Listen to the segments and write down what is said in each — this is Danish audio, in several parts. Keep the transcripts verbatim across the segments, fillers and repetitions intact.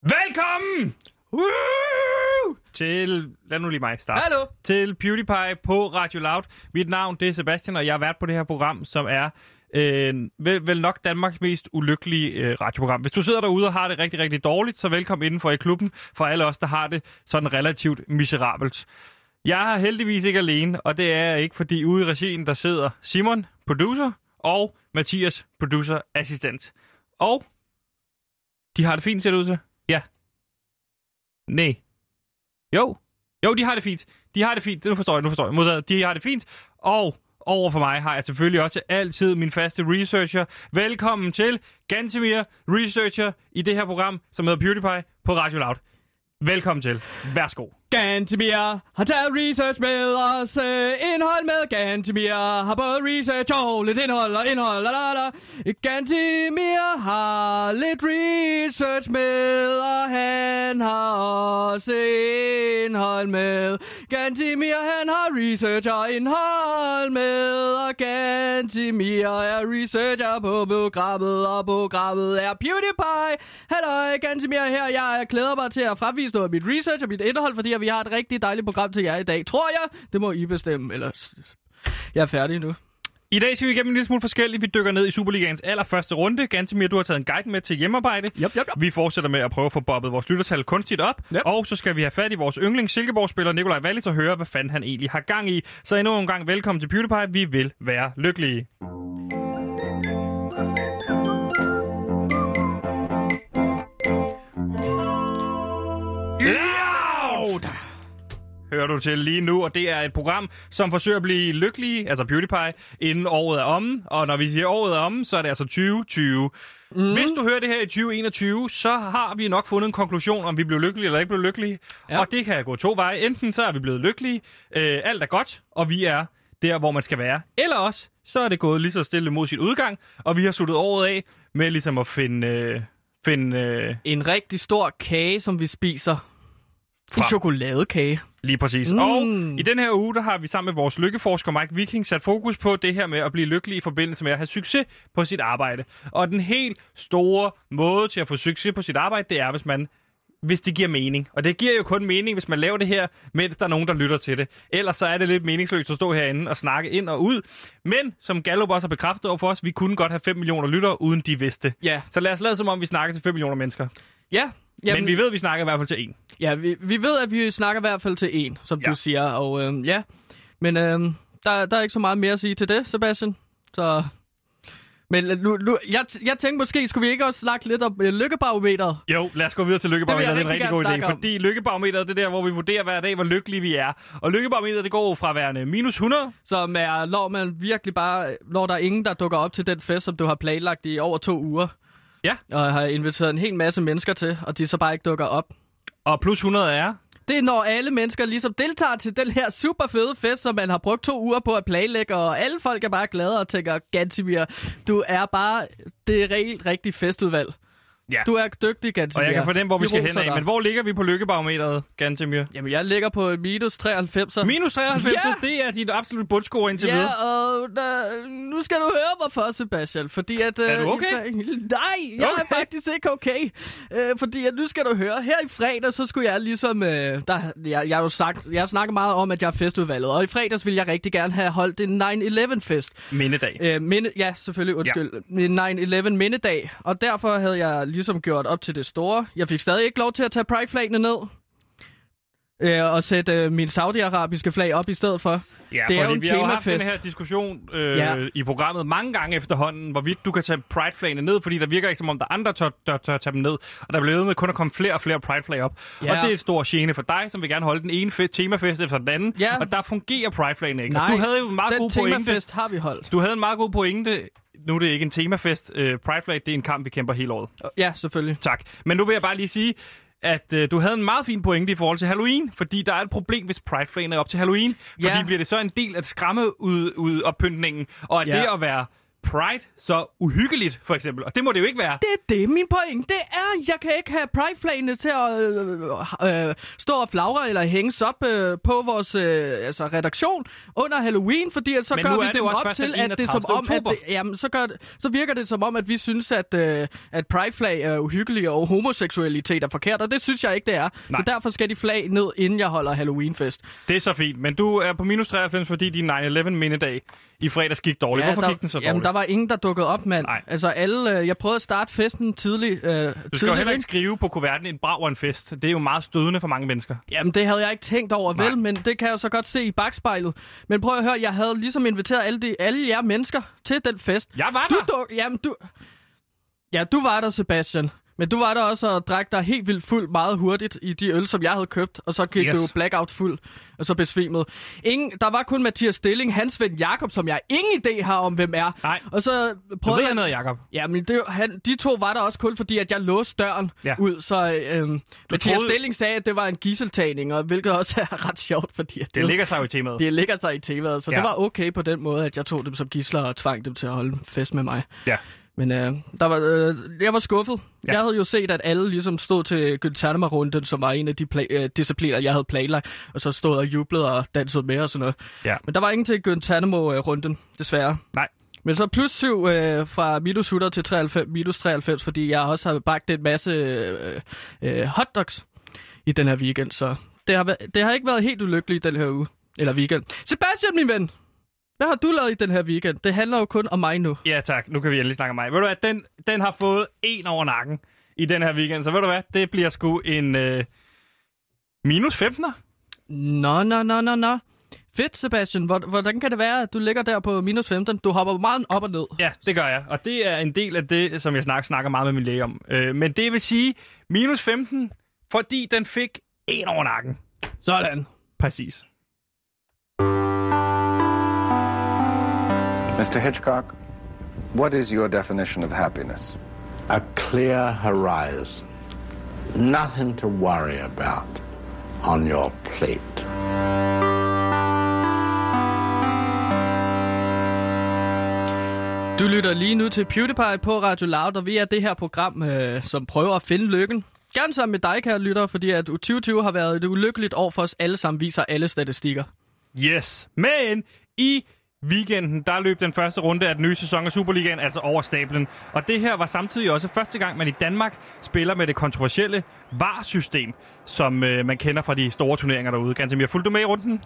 Velkommen! Woo! Til, lad nu lige mig starte. Hallo! Til PewDiePie på Radio Loud. Mit navn, det er Sebastian, og jeg er vært på det her program, som er øh, vel, vel nok Danmarks mest ulykkelige øh, radioprogram. Hvis du sidder derude og har det rigtig, rigtig dårligt, så velkommen indenfor i klubben for alle os, der har det sådan relativt miserabelt. Jeg er heldigvis ikke alene, og det er jeg ikke, fordi ude i regien, der sidder Simon, producer, og Mathias, producer-assistent. Og de har det fint, ser det ud til. Ja. Nej. Jo. Jo, de har det fint. De har det fint. Nu forstår jeg, nu forstår jeg. Modtaget. De har det fint. Og over for mig har jeg selvfølgelig også altid min faste researcher. Velkommen til Gantemir, researcher i det her program, som hedder PewDiePie på Radio Loud. Velkommen til. Værsgo. Gantemir har taget research med os. Øh, indhold med Gantemir har både research og lidt indhold og indhold. La, la, la. Gantemir har lidt research med, og han har også indhold med. Gantemir, han har research og indhold med, og Gantemir er researcher på programmet, og programmet er PewDiePie. Hallo, Gantemir her. Jeg glæder mig til at fremvise noget af mit research og mit indhold, fordi vi har et rigtig dejligt program til jer i dag. Tror jeg, det må I bestemme, eller jeg er færdig nu. I dag skal vi igennem en lille smule forskelligt. Vi dykker ned i Superligaens allerførste runde. Gantemir, du har taget en guide med til hjemmearbejde. Yep, yep, yep. Vi fortsætter med at prøve at få bobbet vores lyttertal kunstigt op. Yep. Og så skal vi have fat i vores yndling Silkeborg-spiller Nikolaj Wallis og høre, hvad fanden han egentlig har gang i. Så endnu en gang velkommen til PewDiePie. Vi vil være lykkelige. Loud! Hører du til lige nu, og det er et program, som forsøger at blive lykkelige, altså PewDiePie, inden året er omme. Og når vi siger året er omme, så er det altså tyve tyve. Mm. Hvis du hører det her i tyve enogtyve, så har vi nok fundet en konklusion, om vi blev lykkelige eller ikke blev lykkelige. Ja. Og det kan gå to veje. Enten så er vi blevet lykkelige, øh, alt er godt, og vi er der, hvor man skal være. Eller også, så er det gået lige så stille mod sit udgang, og vi har sluttet året af med ligesom at finde... Øh, finde øh... en rigtig stor kage, som vi spiser. Fra. En chokoladekage. Lige præcis. Mm. Og i den her uge, der har vi sammen med vores lykkeforsker Mike Viking sat fokus på det her med at blive lykkelig i forbindelse med at have succes på sit arbejde. Og den helt store måde til at få succes på sit arbejde, det er, hvis man hvis det giver mening. Og det giver jo kun mening, hvis man laver det her, mens der er nogen, der lytter til det. Ellers så er det lidt meningsløst at stå herinde og snakke ind og ud. Men, som Gallup også har bekræftet over for os, vi kunne godt have fem millioner lyttere, uden de vidste. Ja. Så lad os lade som om, vi snakker til fem millioner mennesker. Ja. Jamen, men vi ved, at vi snakker i hvert fald til en. Ja, vi, vi ved, at vi snakker i hvert fald til en, som ja. du siger. Og øhm, ja, men øhm, der, der er ikke så meget mere at sige til det, Sebastian. Så... Men nu, nu, jeg, jeg tænkte måske, skulle vi ikke også snakke lidt om uh, lykkebarometeret? Jo, lad os gå videre til lykkebarometeret. Det, det er en rigtig god idé, om. fordi lykkebarometeret, det er der, hvor vi vurderer hver dag, hvor lykkelige vi er. Og lykkebarometeret, det går fra værende minus hundrede. Som er, når man virkelig bare, når der er ingen, der dukker op til den fest, som du har planlagt i over to uger. Ja. Og har inviteret en hel masse mennesker til, og de så bare ikke dukker op. Og plus hundrede er? Det er, når alle mennesker ligesom deltager til den her super fede fest, som man har brugt to uger på at planlægge, og alle folk er bare glade og tænker, Gantemir, du er bare det reelt rigtige festudvalg. Ja. Du er dygtig, Gantemir. Og jeg kan fornemme, hvor vi, vi skal hen af. Men hvor ligger vi på lykkebarometeret, Gantemir? Jamen, jeg ligger på minus treoghalvfems. Minus treoghalvfems, ja. Det er dit absolut bundscore indtil ja, videre. Ja, og da, nu skal du høre mig for, Sebastian, fordi at... Er du okay? I, nej, jeg okay. er faktisk ikke okay. Øh, fordi at nu skal du høre, her i fredag, så skulle jeg ligesom... Øh, der, jeg, jeg har jo sagt, jeg har snakket meget om, at jeg er festudvalget, og i fredags ville jeg rigtig gerne have holdt en nine eleven fest. Mindedag. Øh, minde, ja, selvfølgelig, undskyld. Ja. En nine eleven mindedag, og derfor havde jeg ligesom gjort op til det store. Jeg fik stadig ikke lov til at tage Pride-flagene ned. Øh, og sætte øh, min saudiarabiske flag op i stedet for. Ja, det er jo en vi har jo temafest. haft den her diskussion øh, ja. i programmet mange gange efterhånden, hvorvidt du kan tage Pride-flagene ned, fordi der virker ikke som om, der andre tør, tør, tør tage dem ned. Og der bliver ved med kun at komme flere og flere Pride-flag op. Ja. Og det er et stort gene for dig, som vil gerne holde den ene fe- temafest efter den anden. Ja. Og der fungerer Pride-flagene ikke. Nej, du havde jo en meget den god pointe. temafest har vi holdt. Du havde en meget god pointe. Nu er det ikke en temafest. Uh, Pride-flag, det er en kamp, vi kæmper hele året. Ja, selvfølgelig. Tak. Men nu vil jeg bare lige sige, at øh, du havde en meget fin pointe i forhold til Halloween, fordi der er et problem, hvis Pride-flagene er op til Halloween. Fordi ja. bliver det så en del af skræmmeudoppyntningen, og at ja. det at være Pride så uhyggeligt, for eksempel? Og det må det jo ikke være. Det er det, min pointe. Det er, jeg kan ikke have Pride-flagene til at øh, øh, stå og flagre eller hænges op øh, på vores øh, altså redaktion under Halloween, fordi at så Men gør vi det dem op til, at det som om, at det, jamen, så, gør det, så virker det som om, at vi synes, at, øh, at Pride-flag er uhyggelige og homoseksualitet er forkert, og det synes jeg ikke, det er. Så derfor skal de flag ned, inden jeg holder Halloween-fest. Det er så fint, men du er på minus treoghalvfems, fordi din nine elleve mindedag i fredags gik dårligt. Ja, Hvorfor der, gik den så dårligt? Jamen, der var ingen, der dukkede op, mand. Nej. Altså, alle... Øh, jeg prøvede at starte festen tidligt. Øh, du skal tidligt, jo heller ikke skrive på kuverten en brag og en fest. Det er jo meget stødende for mange mennesker. Jamen, det havde jeg ikke tænkt over, Nej. vel, men det kan jeg jo så godt se i bagspejlet. Men prøv at høre, jeg havde ligesom inviteret alle, de, alle jer mennesker til den fest. Jeg var du, der! Du, jamen, du... Ja, du var der, Sebastian. Men du var der også og drak dig helt vildt fuld meget hurtigt i de øl, som jeg havde købt. Og så gik yes. du blackout fuld, og så besvimede. Ingen, der var kun Mathias Stilling, hans ven Jakob, som jeg ingen idé har om, hvem er. Nej, og så prøvede du ved jeg noget, Jakob. Jamen, det, han, de to var der også kun, fordi at jeg låste døren ja. ud. Så øhm, Mathias troede... Stilling sagde, at det var en gisseltagning, og hvilket også er ret sjovt, fordi... At det, det ligger sig jo i temaet. Det ligger sig i temaet, så ja. det var okay på den måde, at jeg tog dem som gidsler og tvang dem til at holde fest med mig. Ja. Men øh, der var, øh, jeg var skuffet. Ja. Jeg havde jo set, at alle ligesom stod til Guantanamo-runden, som var en af de pla- øh, discipliner, jeg havde planlagt, og så stod og jublede og dansede med og sådan noget. Ja. Men der var ingen til Guantanamo-runden, desværre. Nej. Men så plus syv øh, fra minus hundrede til treoghalvfems, minus treoghalvfems, fordi jeg også har bagt en masse øh, øh, hotdogs i den her weekend, så det har, det har ikke været helt ulykkeligt den her uge, eller weekend. Sebastian, min ven! Hvad har du lavet i den her weekend? Det handler jo kun om mig nu. Ja tak, nu kan vi endelig snakke om mig. Ved du hvad, den, den har fået en over nakken i den her weekend, så ved du hvad, det bliver sgu en øh, minus femtener. Nå, nå, nå, nå, nå. Fedt, Sebastian. Hvordan kan det være, at du ligger der på minus femten? Du hopper meget op og ned. Ja, det gør jeg. Og det er en del af det, som jeg snakker, snakker meget med min læge om. Øh, men det vil sige minus femten, fordi den fik en over nakken. Sådan. Præcis. mister Hitchcock, what is your definition of happiness? A clear horizon. Nothing to worry about on your plate. Du lytter lige nu til PewDiePie på Radio Loud, og vi er det her program, øh, som prøver at finde lykken. Gerne sammen med dig, kære lytter, fordi at tyve tyve har været et ulykkeligt år for os alle sammen, viser alle statistikker. Yes, men i weekenden, der løb den første runde af den nye sæson af Superligaen, altså over stablen. Og det her var samtidig også første gang, man i Danmark spiller med det kontroversielle V A R-system, som øh, man kender fra de store turneringer derude. Gantemir, fulgte du med i runden?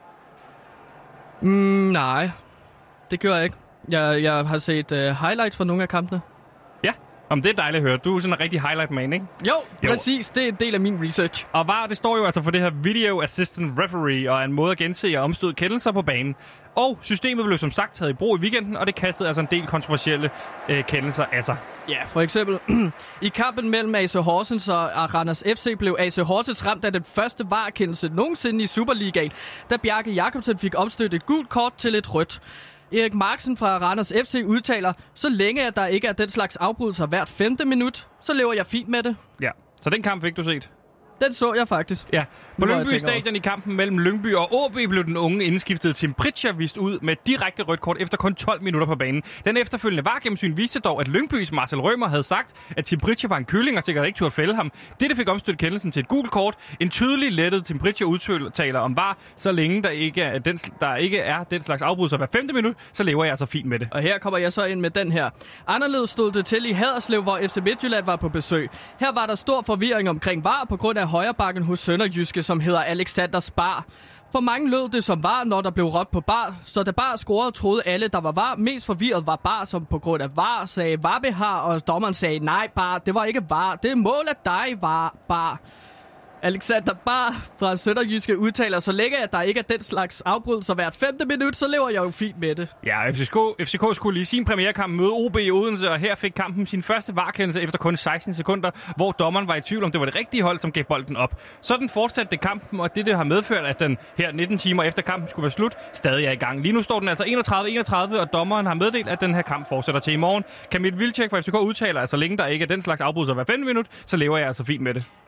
Mm, nej, det gør jeg ikke. Jeg, jeg har set uh, highlights fra nogle af kampene. Ja, om det er dejligt at høre. Du er sådan en rigtig highlight-man, ikke? Jo, jo, præcis. Det er en del af min research. Og V A R, det står jo altså for det her Video Assistant Referee, og er en måde at gense og omstøde kendelser på banen. Og systemet blev som sagt taget i brug i weekenden, og det kastede altså en del kontroversielle øh, kendelser af sig. Ja, for eksempel i kampen mellem A C Horsens og Randers F C blev A C Horsens ramt af den første V A R-kendelse nogensinde i Superligaen, da Bjarke Jacobsen fik omstødt et gult kort til et rødt. Erik Marksen fra Randers F C udtaler, så længe at der ikke er den slags afbrydelser hvert femte minut, så lever jeg fint med det. Ja, så den kamp fik du set? Den så jeg faktisk. Ja, på Lyngby Stadion i kampen mellem Lyngby og O B blev den unge indskiftede Tim Pritchard vist ud med direkte rødt kort efter kun tolv minutter på banen. Den efterfølgende V A R-gennemsyn viste dog, at Lyngbys Marcel Rømer havde sagt, at Tim Pritchard var en kylling og sikkert ikke turde fælde ham. Dette fik omstødt kendelsen til et gult kort. En tydelig lettet Tim Pritchard udtaler om V A R, så længe der ikke er den, der ikke er den slags afbrydelser hver femte minut, så lever jeg altså fint med det. Og her kommer jeg så ind med den her. Anderledes stod det til i Haderslev, hvor F C Midtjylland var på besøg. Her var der stor forvirring omkring V A R på grund af højrebakken hos Sønderjyske, som hedder Alexander Spar. For mange lød det som V A R, når der blev råbt på Bar, så da Bar scorede, troede alle, der var V A R. Mest forvirret var Bar, som på grund af V A R sagde Vabbe har, og dommeren sagde nej, Bar, det var ikke V A R, det er mål af dig, var Bar. Alexander Bar fra Sønderjyske udtaler, så længe at der ikke er den slags afbrydelser hvert femte minut, så lever jeg jo fint med det. Ja, F C K, F C K skulle i sin premierkamp møde O B i Odense, og her fik kampen sin første V A R-kendelse efter kun seksten sekunder, hvor dommeren var i tvivl om, det var det rigtige hold, som gav bolden op. Sådan fortsatte det kampen, og det, det har medført, at den her nitten timer efter kampen skulle være slut, stadig er i gang. Lige nu står den altså enogtredive enogtredive, og dommeren har meddelt, at den her kamp fortsætter til i morgen. Kamil Vilcek fra F C K udtaler, at så længe der ikke er den slags afbrydelser hver femte minut, så lever jeg altså fint med det.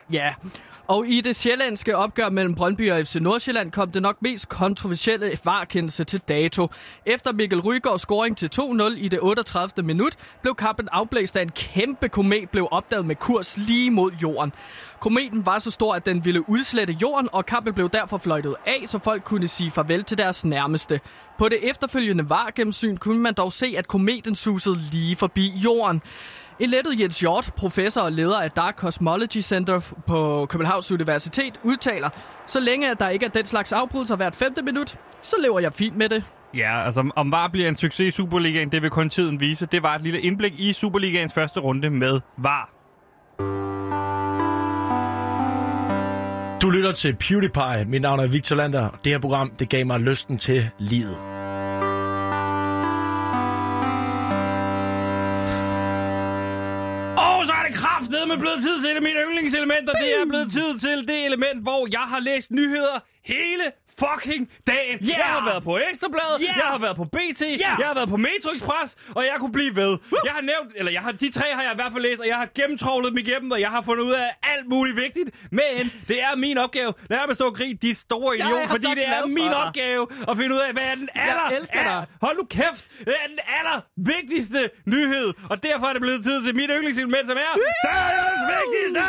Ja, og i det sjællandske opgør mellem Brøndby og F C Nordsjælland kom det nok mest kontroversielle V A R-kendelse til dato. Efter Mikkel Rygaards scoring til to nul i det otteogtredivte minut, blev kampen afblæst af en kæmpe komet blev opdaget med kurs lige mod jorden. Kometen var så stor, at den ville udslette jorden, og kampen blev derfor fløjtet af, så folk kunne sige farvel til deres nærmeste. På det efterfølgende V A R-gennemsyn kunne man dog se, at kometen susede lige forbi jorden. En lettet Jens Hjort, professor og leder af Dark Cosmology Center på Københavns Universitet, udtaler, så længe at der ikke er den slags afbrydelser hvert femte minut, så lever jeg fint med det. Ja, altså om V A R bliver en succes i Superligaen, det vil kun tiden vise. Det var et lille indblik i Superligaens første runde med V A R. Du lytter til PewDiePie. Mit navn er Victor Lander. Det her program, det gav mig lysten til livet. Og så er det kraftedeme blevet tid til et af mine yndlingselementer. Det er blevet tid til det element, hvor jeg har læst nyheder hele fucking dagen. Yeah! Jeg har været på Ekstrabladet, yeah! Jeg har været på B T, yeah! Jeg har været på Metro Express, og jeg kunne blive ved. Uh! Jeg har nævnt, eller jeg har, de tre har jeg i hvert fald læst, og jeg har gennemtrovlet dem igennem, og jeg har fundet ud af alt muligt vigtigt. Men det er min opgave. Lad mig stå og grine, dit store idiot, fordi det er min opgave at finde ud af, hvad er den aller, aller hold nu kæft, hvad er den aller vigtigste nyhed. Og derfor er det blevet tid til mit yndlingselement, som er dagens vigtigste!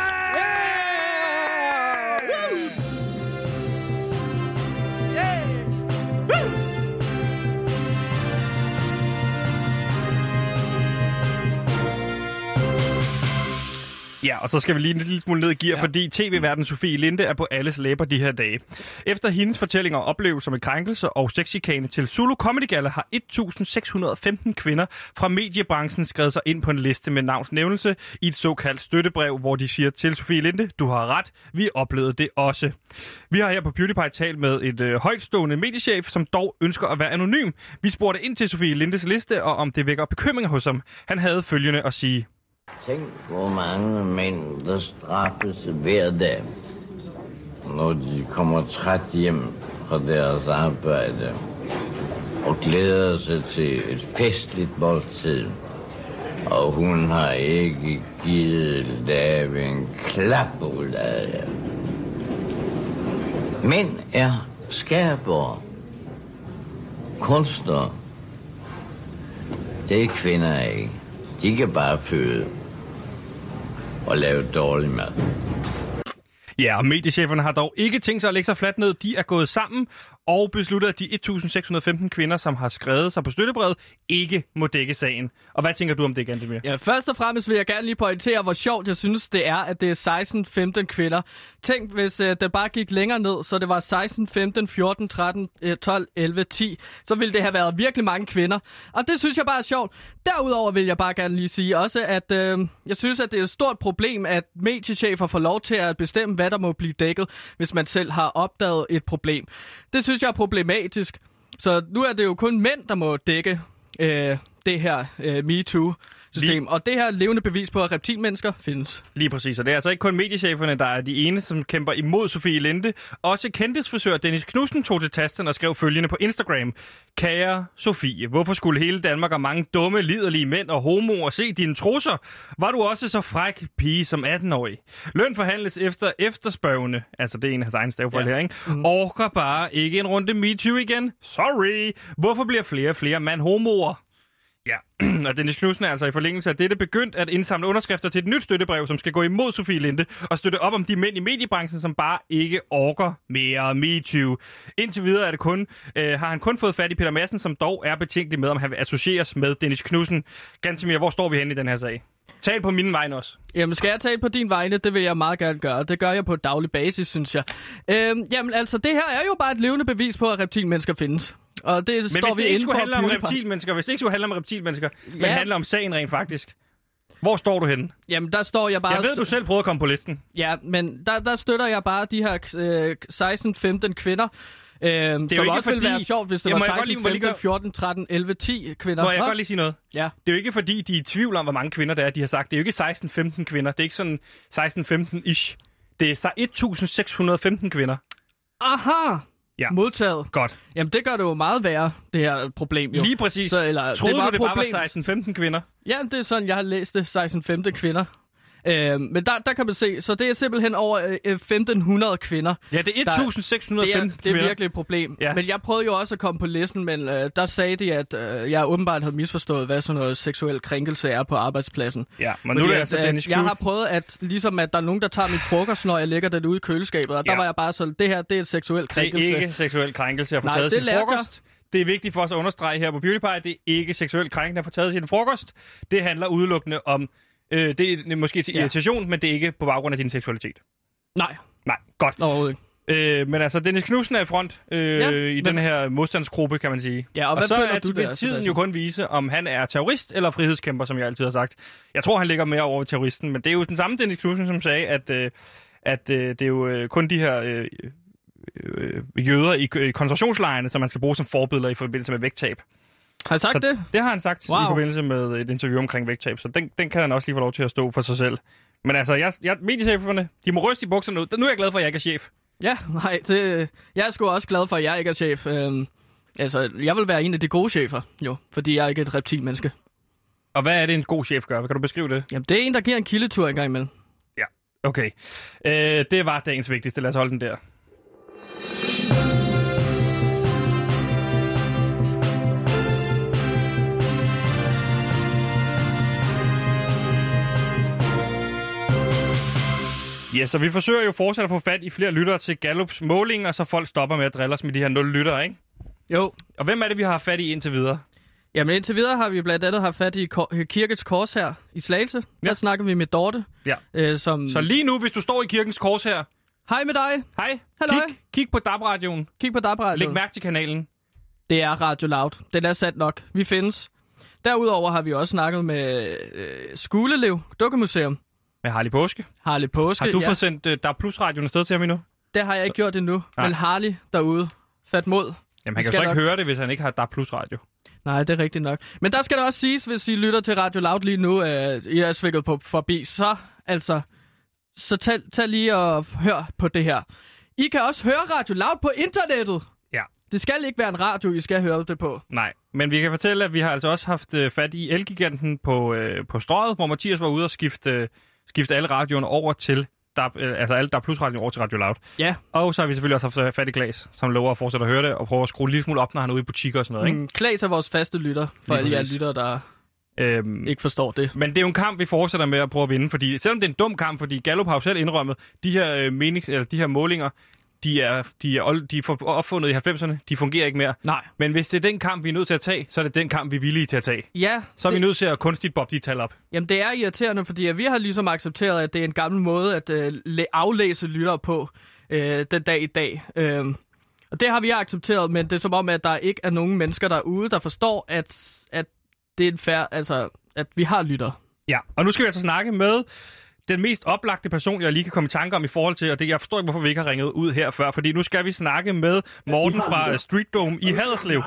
Ja, og så skal vi lige en lille smule ned i gear, ja. Fordi tv-verden Sofie Linde er på alles læber de her dage. Efter hendes fortællinger og oplevelser med krænkelse og sexchikane til Zulu Comedy Galla har et tusind seks hundrede og femten kvinder fra mediebranchen skrevet sig ind på en liste med navnsnævnelse i et såkaldt støttebrev, hvor de siger til Sofie Linde, du har ret, vi oplevede det også. Vi har her på PewDiePie talt med et øh, højtstående mediechef, som dog ønsker at være anonym. Vi spurgte ind til Sofie Lindes liste, og om det vækker bekymringer hos ham. Han havde følgende at sige. Tænk, hvor mange mænd, der straffes hver dag, når de kommer træt hjem fra deres arbejde og glæder sig til et festligt måltid. Og hun har ikke givet lave en klap ud af jer. Mænd er skabere, kunstnere. Det er kvinder ikke. De kan bare føde og lave dårlig mad. Ja, og mediecheferne har dog ikke tænkt sig at lægge sig fladt ned. De er gået sammen og besluttet, at de et tusind seks hundrede og femten kvinder, som har skrevet sig på støttebrevet, ikke må dække sagen. Og hvad tænker du om det, Gantemir? Ja, først og fremmest vil jeg gerne lige pointere, hvor sjovt jeg synes, det er, at det er seksten femten kvinder. Tænk, hvis uh, det bare gik længere ned, så det var seksten, femten, fjorten, tretten, tolv, elleve, ti, så ville det have været virkelig mange kvinder. Og det synes jeg bare er sjovt. Derudover vil jeg bare gerne lige sige også, at uh, jeg synes, at det er et stort problem, at mediechefer får lov til at bestemme, hvad der må blive dækket, hvis man selv har opdaget et problem. Det synes jeg er problematisk. Så nu er det jo kun mænd, der må dække øh, det her øh, MeToo-system. Og det her levende bevis på, at reptilmennesker findes. Lige præcis, og det er altså ikke kun mediecheferne, der er de ene, som kæmper imod Sofie Linde. Også kendtisfrisør Dennis Knudsen tog til tasten og skrev følgende på Instagram. Kære Sofie, hvorfor skulle hele Danmark og mange dumme, liderlige mænd og homoer se dine trusser? Var du også så fræk pige som atten-årig? Løn forhandles efter efterspørgende, altså det er en af hans egen stavefejl ja. her, ikke? Mm. Orker bare ikke en runde MeToo igen? Sorry! Hvorfor bliver flere og flere mand-homoer? Ja, og Dennis Knudsen er altså i forlængelse af dette begyndt at indsamle underskrifter til et nyt støttebrev, som skal gå imod Sofie Linde og støtte op om de mænd i mediebranchen, som bare ikke orker mere MeToo. Indtil videre er det kun, øh, har han kun fået fat i Peter Madsen, som dog er betænkelig med, om han vil associeres med Dennis Knudsen. Gantemir, hvor står vi henne i den her sag? Tal på min vegne også. Jamen, skal jeg tale på din vegne? Det vil jeg meget gerne gøre. Det gør jeg på daglig basis, synes jeg. Øhm, jamen, altså, det her er jo bare et levende bevis på, at reptilmennesker findes. Og det men står hvis vi det ikke skulle handle om PewDiePie. reptilmennesker, hvis det ikke skulle handle om reptilmennesker, ja. men handle om sagen rent faktisk, hvor står du henne? Jamen, der står jeg bare... Jeg ved, du selv prøvede at komme på listen. Ja, men der, der støtter jeg bare de her øh, seksten femten kvinder. Øhm, det er som jo også fordi... ville være sjovt, hvis det ja, var seksten, femten, fjorten, tretten, elleve, ti kvinder. Må jeg godt lige sige noget? Ja. Det er jo ikke fordi, de er i tvivl om, hvor mange kvinder der er, de har sagt. Det er jo ikke seksten femten kvinder. Det er ikke sådan seksten femten-ish. Det er så et tusind seks hundrede og femten kvinder. Aha! Ja. Modtaget. Godt. Jamen, det gør det jo meget værre, det her problem. Jo. Lige præcis. Så, eller, Troede det var du, det problem... bare var seksten femten kvinder? Ja, det er sådan, jeg har læst det. seksten femten kvinder. Øh, men der, der kan man se, så det er simpelthen over øh, femten hundrede kvinder. Ja, det er tusind seks hundrede og femten Det er, det er virkelig et problem. Ja. Men jeg prøvede jo også at komme på listen, men øh, der sagde de, at øh, jeg åbenbart havde misforstået, hvad sådan noget seksuel krænkelse er på arbejdspladsen. Ja, men nu er det altså at, Dennis Jeg har prøvet, at ligesom at der er nogen, der tager mit frokost, når jeg lægger den ude i køleskabet, og ja. der var jeg bare så, det her, det er et seksuel krænkelse. Det er ikke seksuel krænkelse at få Nej, taget sin frokost. Jeg. Det er vigtigt for os at understrege her på PewDiePie, det er ikke seksuelt krænkende at få taget sin frokost. Det handler udelukkende om, øh, det er måske til irritation, ja. men det er ikke på baggrund af din seksualitet. Nej. Nej, godt. Overhovedet ikke. Øh, men altså, Dennis Knudsen er i front øh, ja, i men... den her modstandsgruppe, kan man sige. Ja, og, og så er, du vil der, tiden jo kun vise, om han er terrorist eller frihedskæmper, som jeg altid har sagt. Jeg tror, han ligger mere over terroristen, men det er jo den samme Dennis Knudsen, som sagde, at, øh, at øh, det er jo øh, kun de her øh, øh, jøder i, i koncentrationslejrene, som man skal bruge som forbilleder i forbindelse med vægttab. Har han sagt så det? Det har han sagt wow. i forbindelse med et interview omkring vægttab, så den, den kan han også lige få lov til at stå for sig selv. Men altså, jeg, jeg, mediecheferne, de må ryste i bukserne ud. Nu er jeg glad for, at jeg ikke er chef. Ja, nej, det, jeg er sgu også glad for, at jeg ikke er chef. Øhm, altså, jeg vil være en af de gode chefer, jo, fordi jeg er ikke et reptilmenneske. Og hvad er det, en god chef gør? Kan du beskrive det? Jamen, det er en, der giver en kildetur en gang imellem. Ja, okay. Øh, det var dagens vigtigste. Lad os holde den der. Ja, så vi forsøger jo fortsat at få fat i flere lyttere til Gallups målinger, så folk stopper med at drille os med de her nul lyttere, ikke? Jo. Og hvem er det, vi har fat i indtil videre? Jamen indtil videre har vi blandt andet haft fat i Kirkens Kors her i Slagelse. Ja. Der snakker vi med Dorte. Ja. Øh, som... Så lige nu, hvis du står i Kirkens Kors her... Hej med dig. Hej. Halløj. Kig, kig på D A B-radioen. Kig på D A B-radioen. Læg mærke til kanalen. Det er Radio Loud. Den er sat nok. Vi findes. Derudover har vi også snakket med øh, Skulelev Dukkemuseum. Med Harley Påske. Harley Påske, Har du ja. fået sendt uh, D A B Plus-radioen afsted til ham endnu? Det har jeg ikke gjort endnu. Nej. Men Harley derude. Fat mod. Jamen, han kan jo så ikke nok høre det, hvis han ikke har D A B Plus-radio. Nej, det er rigtigt nok. Men der skal det også siges, hvis I lytter til Radio Loud lige nu, at I er svækket på forbi, så altså, så tag, tag lige og hør på det her. I kan også høre Radio Loud på internettet. Ja. Det skal ikke være en radio, I skal høre det på. Nej, men vi kan fortælle, at vi har altså også haft uh, fat i Elgiganten på, uh, på Strøget, hvor Mathias var ude og skifte, uh, skifte alle radioerne over til, der, uh, altså alle D A B Plus-radioerne over til Radio Loud. Ja. Og så har vi selvfølgelig også haft fat i Klaas, som lover at fortsætte at høre det, og prøve at skrue lidt smule op, når han er ude i butikker og sådan noget, ikke? Mm, Klaas er vores faste lytter, for alle jer lytter, der øhm, ikke forstår det. Men det er jo en kamp, vi fortsætter med at prøve at vinde, fordi selvom det er en dum kamp, fordi Gallup har jo selv indrømmet, de her, øh, menings, eller de her målinger, de er, de er, de er opfundet i halvfemserne, de fungerer ikke mere. Nej. Men hvis det er den kamp, vi er nødt til at tage, så er det den kamp, vi er villige til at tage. Ja. Så er det... vi nødt til at kunstigt boppe de tal op. Jamen, det er irriterende, fordi vi har ligesom accepteret, at det er en gammel måde at øh, aflæse lyttere på øh, den dag i dag. Øh, og det har vi accepteret, men det er som om, at der ikke er nogen mennesker derude, der forstår, at, at det er en fair, altså, at vi har lyttere. Ja, og nu skal vi altså snakke med den mest oplagte person, jeg lige kan komme i tanke om i forhold til, og det jeg forstår ikke, hvorfor vi ikke har ringet ud her før, fordi nu skal vi snakke med Morten fra Street Dome i Haderslev.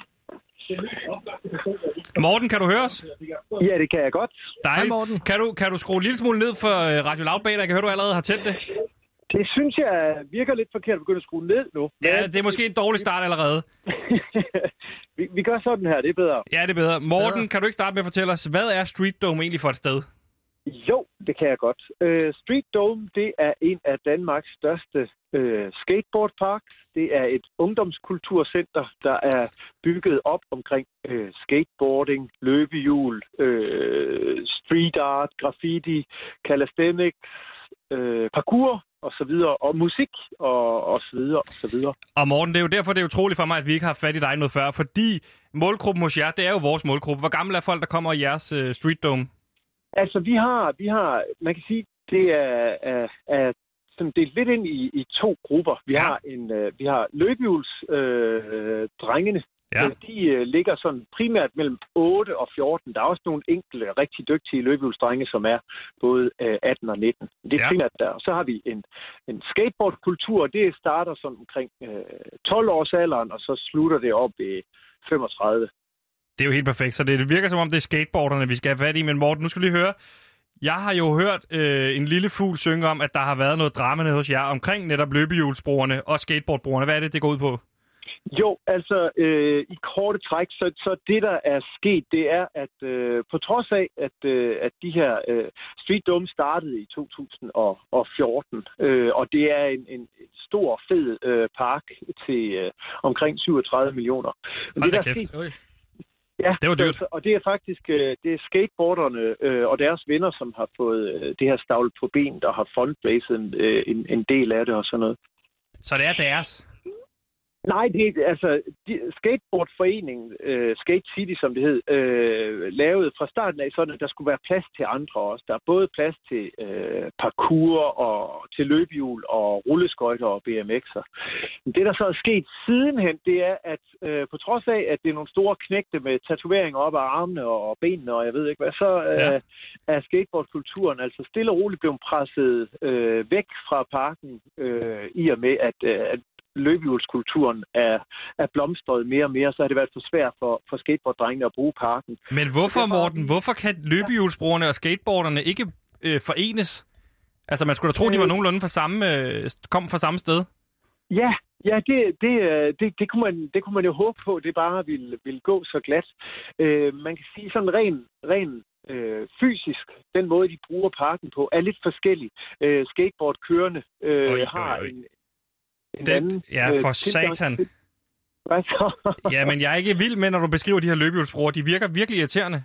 Morten, kan du høre os? Ja, det kan jeg godt. Hej, Morten. Kan du, kan du skrue en lille smule ned for Radio Loud bag dig? Jeg kan høre, du allerede har tændt det. Det synes jeg virker lidt forkert at begynde at skrue ned nu. Ja, det er måske en dårlig start allerede. vi, vi gør sådan her, det er bedre. Ja, det er bedre. Morten, bedre. Kan du ikke starte med at fortælle os, hvad er Street Dome egentlig for et sted? Jo, det kan jeg godt. Uh, Street Dome, det er en af Danmarks største uh, skateboardparks. Det er et ungdomskulturcenter, der er bygget op omkring uh, skateboarding, løbehjul, uh, street art, graffiti, calisthenics, uh, parkour og så videre, og musik og, og så videre, og så videre. Og Morten, det er jo derfor, det er utroligt for mig, at vi ikke har fat i dig noget før, fordi målgruppen hos jer, det er jo vores målgruppe. Hvor gammel er folk, der kommer i jeres uh, Street Dome? Altså, vi har, vi har, man kan sige, det er, er, er sådan delt lidt ind i, i to grupper. Vi ja. har en, uh, vi har løbehjulsdrengene. Uh, ja. De uh, ligger sådan primært mellem otte og fjorten. Der er også nogle enkelte rigtig dygtige løbehjulsdrenge, som er både uh, atten og nitten. Det er ja. primært der. Så har vi en, en skateboardkultur, det starter sådan omkring uh, tolv års alderen, og så slutter det op i femogtredive. Det er jo helt perfekt, så det virker som om, det er skateboarderne, vi skal have fat i. Men Morten, nu skal vi lige høre. Jeg har jo hørt øh, en lille fugl synge om, at der har været noget drama nede hos jer omkring netop løbehjulsbrugerne og skateboardbrugerne. Hvad er det, det går ud på? Jo, altså øh, i korte træk, så, så det, der er sket, det er, at øh, på trods af, at, øh, at de her øh, Street Dome startede i to tusind og fjorten, øh, og det er en, en stor, fed øh, park til øh, omkring syvogtredive millioner. Men det, der er sket, ja, det var dyrt. Så, og det er faktisk øh, det er skateboarderne øh, og deres venner, som har fået øh, det her stavlet på benet og har fundraiset øh, en, en del af det og sådan noget. Så det er deres? Nej, det er altså de, skateboardforeningen, øh, Skate City, som det hed, øh, lavede fra starten af sådan, at der skulle være plads til andre også. Der er både plads til øh, parkour og til løbehjul og rulleskøjter og B M X'er. Men det, der så er sket sidenhen, det er, at øh, på trods af, at det er nogle store knægte med tatoveringer op af armene og benene, og jeg ved ikke hvad, så øh, ja. er skateboardkulturen altså stille og roligt blevet presset øh, væk fra parken øh, i og med, at, øh, at løbehjulskulturen er, er blomstret mere og mere, så har det været for svært for, for skateboarddrengene at bruge parken. Men hvorfor, Morten, hvorfor kan løbehjulsbrugerne og skateboarderne ikke øh, forenes? Altså, man skulle da tro, de var nogenlunde fra samme, øh, kom fra samme sted. Ja, ja det, det, det, det, kunne man, det kunne man jo håbe på, det bare ville, ville gå så glat. Øh, man kan sige sådan ren, ren øh, fysisk, den måde, de bruger parken på, er lidt forskellig. Øh, skateboardkørende øh, øj, har øj, øj. en Den, anden, ja, for øh, satan. Hvad så? Ja, men jeg er ikke vild med, når du beskriver de her løbehjulsbrugere. De virker virkelig irriterende.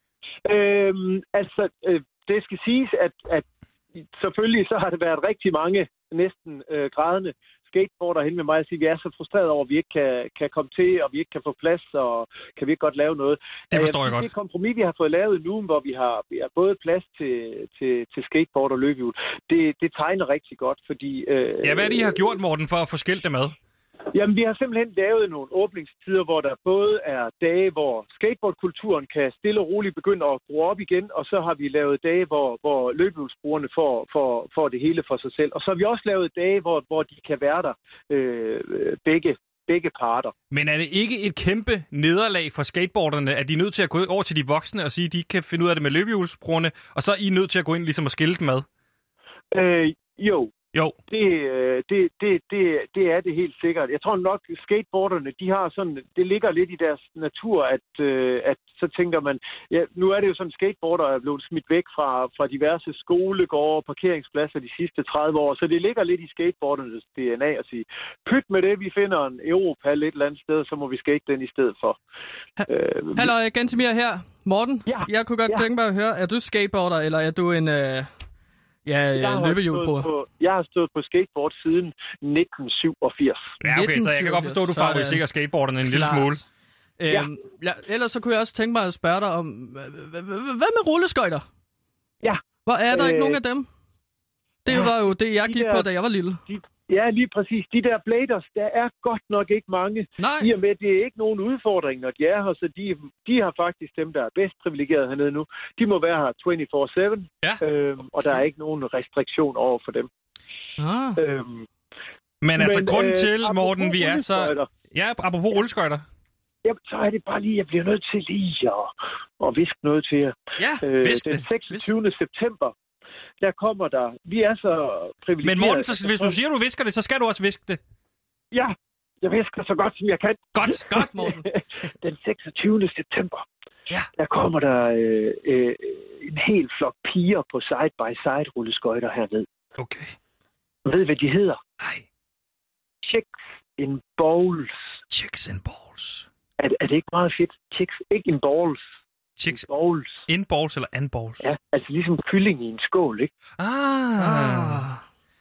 Øhm, altså, øh, det skal siges, at, at selvfølgelig så har det været rigtig mange næsten øh, grædende skateboarder hen med mig og sige, at vi er så frustrerede over, at vi ikke kan, kan komme til, og vi ikke kan få plads, og kan vi ikke godt lave noget. Det forstår jeg, jeg godt. Det kompromis, vi har fået lavet nu, hvor vi har, vi har både plads til, til, til skateboard og løbehjul, det, det tegner rigtig godt, fordi... Øh, ja, hvad er det, I har gjort, Morten, for at få skilt dem ad? Jamen, vi har simpelthen lavet nogle åbningstider, hvor der både er dage, hvor skateboardkulturen kan stille og roligt begynde at gro op igen, og så har vi lavet dage, hvor, hvor løbehjulsbrugerne får, får, får det hele for sig selv. Og så har vi også lavet dage, hvor, hvor de kan være der øh, begge, begge parter. Men er det ikke et kæmpe nederlag for skateboarderne, at de er nødt til at gå over til de voksne og sige, at de kan finde ud af det med løbehjulsbrugerne, og så er I nødt til at gå ind ligesom og skille dem ad? Øh, jo. Jo. Det, det, det, det, det er det helt sikkert. Jeg tror nok, skateboarderne, de har sådan, det ligger lidt i deres natur, at, at så tænker man, ja, nu er det jo sådan, skateboarder er blevet smidt væk fra, fra diverse skolegårde og parkeringspladser de sidste tredive år, så det ligger lidt i skateboardernes D N A at sige, pyt med det, vi finder en Europal et eller andet sted, så må vi skate den i stedet for. Ha- øh, Hallo, Gantemir her. Morten, ja, jeg kunne godt ja. tænke mig at høre, er du skateboarder, eller er du en... Øh... Ja, ja, løbehjul på. på. Jeg har stået på skateboard siden nitten syvogfirs. Ja, okay, så jeg kan godt forstå, at du favoriserer skateboarderne en lille smule. Ja. Øhm, ja, ellers så kunne jeg også tænke mig at spørge dig om, hvad med rulleskøjter? Ja. Hvor er der øh, ikke nogen af dem? Det ja, var jo det, jeg gik der, på, da jeg var lille. De, ja, lige præcis. De der bladers, der er godt nok ikke mange. Nej. I og med, det er ikke nogen udfordring, når de er her, så de, de har faktisk dem, der er bedst privilegeret hernede nu. De må være her toogtyve syv, ja. øhm, og der er ikke nogen restriktion over for dem. Ah. Øhm, men altså, men, grunden øh, til, Morten, vi er så... Ja, apropos rulleskøjter. Ja, så er det bare lige, jeg bliver nødt til lige at, at viske noget til jer. Ja, øh, visk Den seksogtyvende september, der kommer der... Vi er så privilegerede... Men Morten, så, hvis du siger, du visker det, så skal du også viske det. Ja, jeg visker så godt, som jeg kan. Godt, godt, Morten. Den seksogtyvende september, ja. Der kommer der øh, øh, en hel flok piger på side-by-side rulleskøjter hernede. Okay. Ved hvad de hedder? Nej. Chicks in balls. Chicks in balls. Er, er det ikke meget fedt? Chicks, ikke in balls. Chicks in balls. In balls eller an balls? Ja, altså ligesom kylling i en skål, ikke? Ah. ah.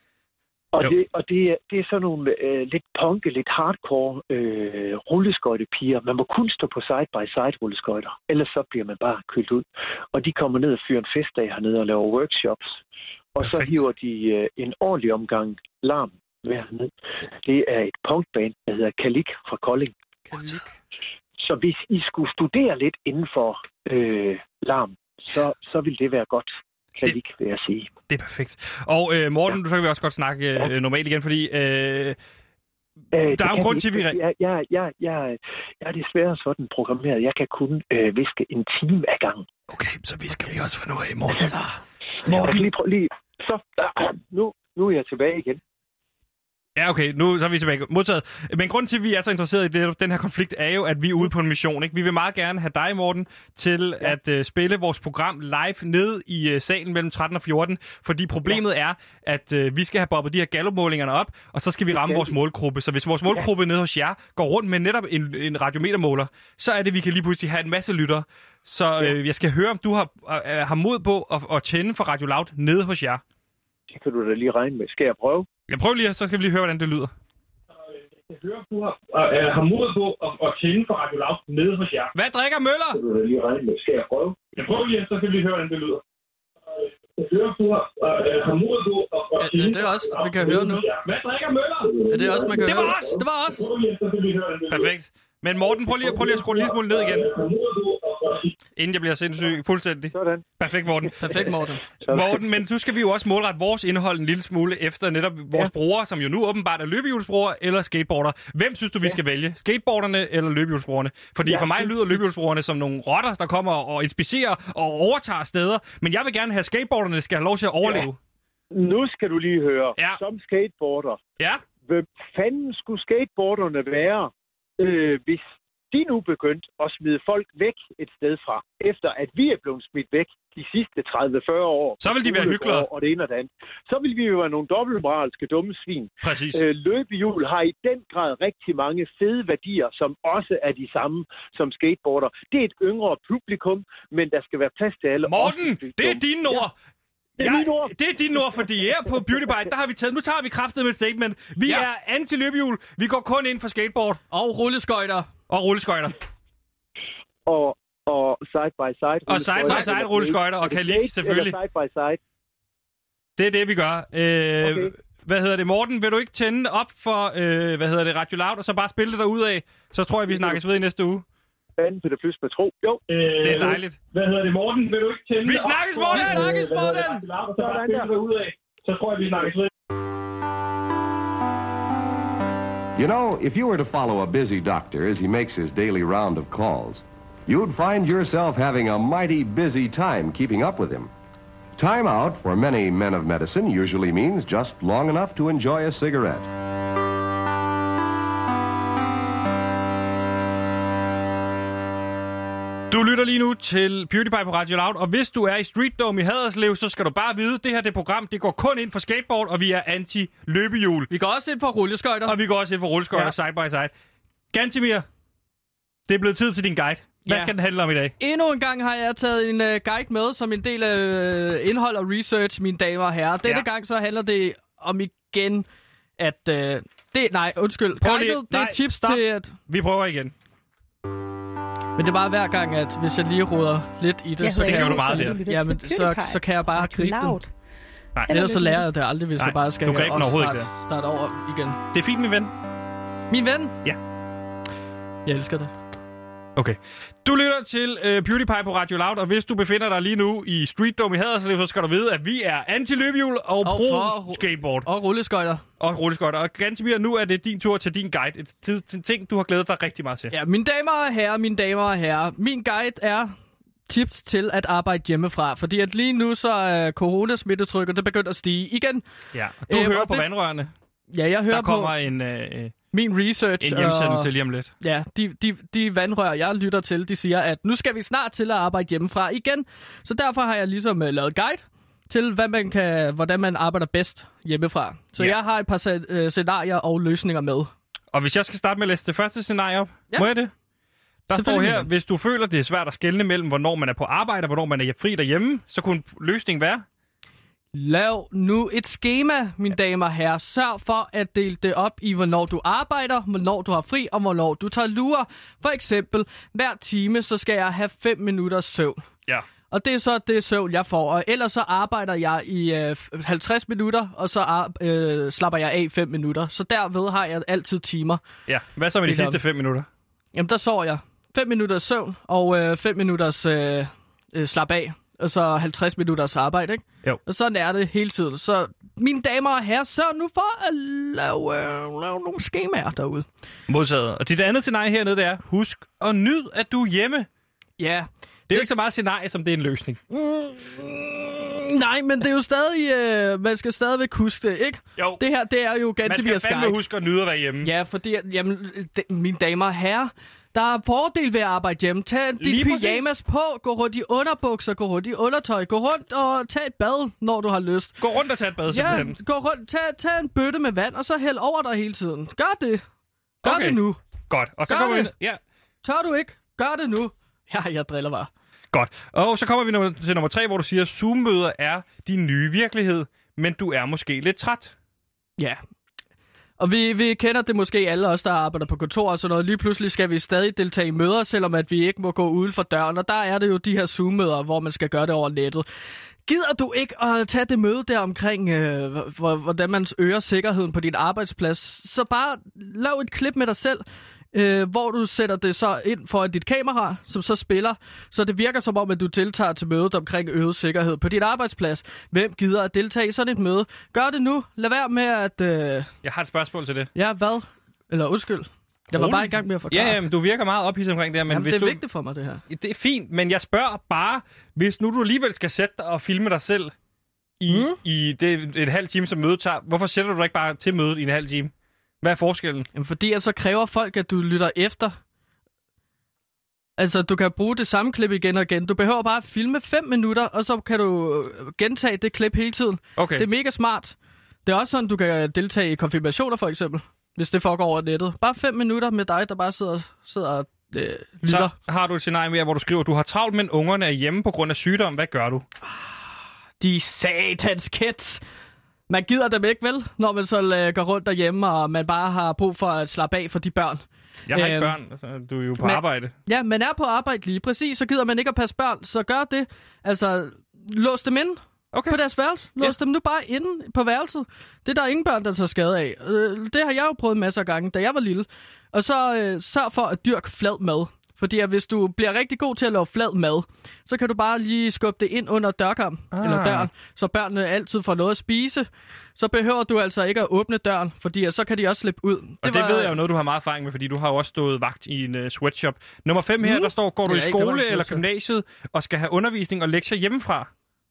Og, det, og det, er, det er sådan nogle øh, lidt punke, lidt hardcore øh, rulleskøjtepiger. Man må kun stå på side-by-side rulleskøjter, ellers så bliver man bare kølt ud. Og de kommer ned og fyrer en festdag hernede og laver workshops. Og Perfekt. Så hiver de øh, en ordentlig omgang larm med hernede. Det er et punkband, der hedder Kalik fra Kolding. Kalik. Så hvis I skulle studere lidt inden for øh, larm, så, så vil det være godt. Kalik, vil jeg sige. Det er perfekt. Og øh, Morten, ja. Så kan vi også godt snakke øh, ja. normalt igen, fordi øh, øh, der er jo grund til, at vi... Jeg, jeg, jeg, jeg, jeg er desværre sådan programmeret. Jeg kan kun øh, viske en time ad gangen. Okay, så visker vi også for nu af, Morten. Morten. Lige, prøv, lige, så, øh, nu, nu er jeg tilbage igen. Ja, okay, nu så er vi tilbage. Modtaget. Men grunden til, at vi er så interesserede i det, den her konflikt, er jo, at vi er ude på en mission. Ikke? Vi vil meget gerne have dig, Morten, til ja. at uh, spille vores program live ned i uh, salen mellem tretten og fjorten, fordi problemet ja. er, at uh, vi skal have bobbet de her Gallup-målingerne op, og så skal vi ramme vores målgruppe. Så hvis vores målgruppe ja. nede hos jer går rundt med netop en, en radiometermåler, så er det, vi kan lige pludselig have en masse lyttere. Så uh, jeg skal høre, om du har, uh, har mod på at, at tænde for Radio Loud nede hos jer. Det kan du da lige regne med. Skal jeg prøve? Jeg prøver lige, så skal vi lige høre, hvordan det lyder. Jeg hører, du har, øh, har mod på at, at tænde for Radio Loud nede hos jer. Hvad drikker Møller? Skal du da lige regne med. Skal jeg prøve? Jeg prøver lige, så skal vi lige høre, hvordan det lyder. Jeg hører, du har, øh, har mod på at, at tænde ja, det er også, vi kan høre nu. Hvad drikker Møller? Ja, det er også, man kan det høre. Var os! Det var os! Perfekt. Men Morten, prøv lige, prøv lige at skrue en lille smule ned igen. Inden jeg bliver sindssyg fuldstændig. Sådan. Perfekt, Morten. Perfekt, Morten. Morten, men nu skal vi jo også målrette vores indhold en lille smule efter netop vores ja. brugere, som jo nu åbenbart er løbehjulsbrugere eller skateboarder. Hvem synes du, vi skal ja. vælge? Skateboarderne eller løbehjulsbrugerne? Fordi ja. for mig lyder løbehjulsbrugerne som nogle rotter, der kommer og inspicerer og overtager steder. Men jeg vil gerne have, at skateboarderne skal have lov til at overleve. Ja. Nu skal du lige høre. Ja. Som skateboarder. Ja. Hvem fanden skulle skateboarderne være, øh, hvis de nu begyndt at smide folk væk et sted fra, efter at vi er blevet smidt væk de sidste tredive til fyrre år. Så vil de være hyggeligere. Og det ene og det andet. Så vil vi jo være nogle dobbeltmoralske dumme svin. Præcis. Øh, løbehjul har i den grad rigtig mange fede værdier, som også er de samme som skateboarder. Det er et yngre publikum, men der skal være plads til alle. Morten, det er dine ord. Ja. Det er, ja, ord. det er dine ord, fordi her på Beauty Bite, der har vi taget, nu tager vi kraftet med et statement. Vi ja. er anti-løbehjul, vi går kun ind for skateboard. Og rulleskøjter. Og rulleskøjter. Og, og side by side. Og side by side rulleskøjter og kalik, selvfølgelig. Side by side. Det er det, vi gør. Øh, okay. Hvad hedder det, Morten? Vil du ikke tænde op for, øh, hvad hedder det, Radio Loud, og så bare spille det derudad? Så tror jeg, vi snakkes ved i næste uge. Fanden på det plus med tro. Jo. Øh, det er dejligt. Hvad hedder det, Morten? Vil du ikke tænde Vi snakkes, Morten! Vi snakkes, Morten! Så bare spille det derudad. Så tror jeg, vi snakkes ved. You know, if you were to follow a busy doctor as he makes his daily round of calls, you'd find yourself having a mighty busy time keeping up with him. Time out for many men of medicine usually means just long enough to enjoy a cigarette. Du lytter lige nu til PewDiePie på Radio Loud, og hvis du er i Street Dome i Haderslev, så skal du bare vide, det her det program, det går kun ind for skateboard, og vi er anti-løbehjul. Vi går også ind for rulleskøjter. Og vi går også ind for rulleskøjter ja. side by side. Gantimir, det er blevet tid til din guide. Hvad ja. skal den handle om i dag? Endnu en gang har jeg taget en uh, guide med som en del af uh, indhold og research, mine damer og herrer. Denne ja. gang så handler det om igen, at... Uh, det, nej, undskyld. Guidet, lige, det er tips stop. til at... Vi prøver igen. Men det er bare hver gang, at hvis jeg lige roder lidt i det, jeg så kan det jeg... du meget der. Ja, men så, så kan jeg bare gribe den. Nej, ellers så lærer jeg det aldrig, hvis Nej, jeg bare skal starte, starte over igen. Det er fint, min ven. Min ven? Ja. Jeg elsker det. Okay. Du lytter til uh, PewDiePie på Radio Loud, og hvis du befinder dig lige nu i Street Dome i Haderslev, så skal du vide, at vi er anti-løbehjul og, og pro-skateboard. Og rulleskøjter. Og rulleskøjter. Og Gantimir, nu er det din tur til din guide. Et en ting, du har glædet dig rigtig meget til. Ja, mine damer og herrer, mine damer og herrer. Min guide er tips til at arbejde hjemmefra. Fordi at lige nu så er coronasmittetrykket, det begyndt at stige igen. Ja, og du øh, hører og på det... vandrørene. Ja, jeg hører Der kommer på... en... Øh... Min research... En hjemsendelse lige om lidt. Ja, de, de, de vandrør, jeg lytter til, de siger, at nu skal vi snart til at arbejde hjemmefra igen. Så derfor har jeg ligesom uh, lavet guide til, hvad man kan, hvordan man arbejder bedst hjemmefra. Så ja. jeg har et par uh, scenarier og løsninger med. Og hvis jeg skal starte med at læse det første scenarie op, ja. må jeg det? Der står her, hvis du føler, det er svært at skelne mellem, hvornår man er på arbejde og hvornår man er fri derhjemme, så kunne løsningen være... Lav nu et skema, mine damer og herrer. Sørg for at dele det op i, hvornår du arbejder, hvornår du har fri, og hvornår du tager lure. For eksempel, hver time, så skal jeg have fem minutters søvn. Ja. Og det er så det søvn, jeg får. Og ellers så arbejder jeg i øh, halvtreds minutter, og så øh, slapper jeg af fem minutter. Så derved har jeg altid timer. Ja, hvad så med de det sidste fem minutter? Jamen, der sover jeg fem minutters søvn, og øh, fem minutters øh, øh, slap af. Og så halvtreds minutters arbejde, ikke? Jo. Og sådan er det hele tiden. Så mine damer og herrer, sørg nu for at lave, øh, lave nogle skemaer derude. Modtaget. Og dit andet scenarie hernede, det er, husk at nyde, at du er hjemme. Ja. Det er jo ikke så meget scenarie, som det er en løsning. Mm, Nej, men det er jo stadig... Øh, man skal stadigvæk huske det, ikke? Jo. Det her, det er jo Gantemir Man skal fandme Guide. huske at nyde at være hjemme. Ja, fordi, jamen, de, mine damer og herrer, der er fordel ved at arbejde hjemme. Tag Lige dit præcis. pyjamas på, gå rundt i underbukser, gå rundt i undertøj, gå rundt og tag et bad, når du har lyst. Gå rundt og tag et bad, Ja, simpelthen. gå rundt, tag, tag en bøtte med vand, og så hæld over dig hele tiden. Gør det. Gør Okay. det nu. Godt. Og så Gør kommer vi det. ind. Ja, Tør du ikke? Gør det nu. Ja, jeg driller bare. godt. Og så kommer vi nummer, til nummer tre, hvor du siger, Zoom-møder er din nye virkelighed, men du er måske lidt træt. Ja. Og vi, vi kender det måske alle os, der arbejder på kontor og sådan noget. Lige pludselig skal vi stadig deltage i møder, selvom at vi ikke må gå uden for døren. Og der er det jo de her Zoom-møder, hvor man skal gøre det over nettet. Gider du ikke at tage det møde der omkring, øh, hvordan man øger sikkerheden på din arbejdsplads, så bare lav et klip med dig selv, øh, hvor du sætter det så ind for dit kamera, som så spiller, så det virker som om, at du deltager til mødet omkring øget sikkerhed på din arbejdsplads. Hvem gider at deltage i sådan et møde? Gør det nu. Lad være med at... Øh... Jeg har et spørgsmål til det. Ja, hvad? Eller undskyld. Jeg var bare i gang med at forklare. Ja, ja, men du virker meget ophidset omkring det her. Men Jamen, hvis det er du... vigtigt for mig, det her. Det er fint, men jeg spørger bare, hvis nu du alligevel skal sætte dig og filme dig selv i, mm. i det, en halv time, som mødet tager, hvorfor sætter du dig ikke bare til mødet i en halv time? Hvad er forskellen? Jamen, fordi så kræver folk, at du lytter efter. Altså, du kan bruge det samme klip igen og igen. Du behøver bare at filme fem minutter, og så kan du gentage det klip hele tiden. Okay. Det er mega smart. Det er også sådan, du kan deltage i konfirmationer, for eksempel. Hvis det foregår over nettet. Bare fem minutter med dig, der bare sidder, sidder og øh, lytter. Så har du et scenarie mere, hvor du skriver, du har travlt, men ungerne er hjemme på grund af sygdom. Hvad gør du? De satans kids. Man gider dem ikke, vel? Når man så øh, går rundt derhjemme, og man bare har brug for at slappe af for de børn. Jeg har ikke Øhm, børn, altså, du er jo på men- arbejde. Ja, man er på arbejde lige præcis, så gider man ikke at passe børn, så gør det. Altså, lås dem ind Okay. på deres værelse. Lås Ja. dem nu bare inde på værelset. Det er der ingen børn, der tager skade af. Øh, Det har jeg jo prøvet masser af gange, da jeg var lille. Og så øh, sørg for at dyrke flad mad. Fordi at hvis du bliver rigtig god til at lave flad mad, så kan du bare lige skubbe det ind under dørkarmen, Ah. eller døren, så børnene altid får noget at spise. Så behøver du altså ikke at åbne døren, fordi at så kan de også slippe ud. Det Og det ved jeg jo noget, du har meget erfaring med, fordi du har jo også stået vagt i en uh, sweatshop. Nummer fem her, Mm. der står, går du Det i er ikke, det var en skole eller sweatshop. gymnasiet og skal have undervisning og lektier hjemmefra?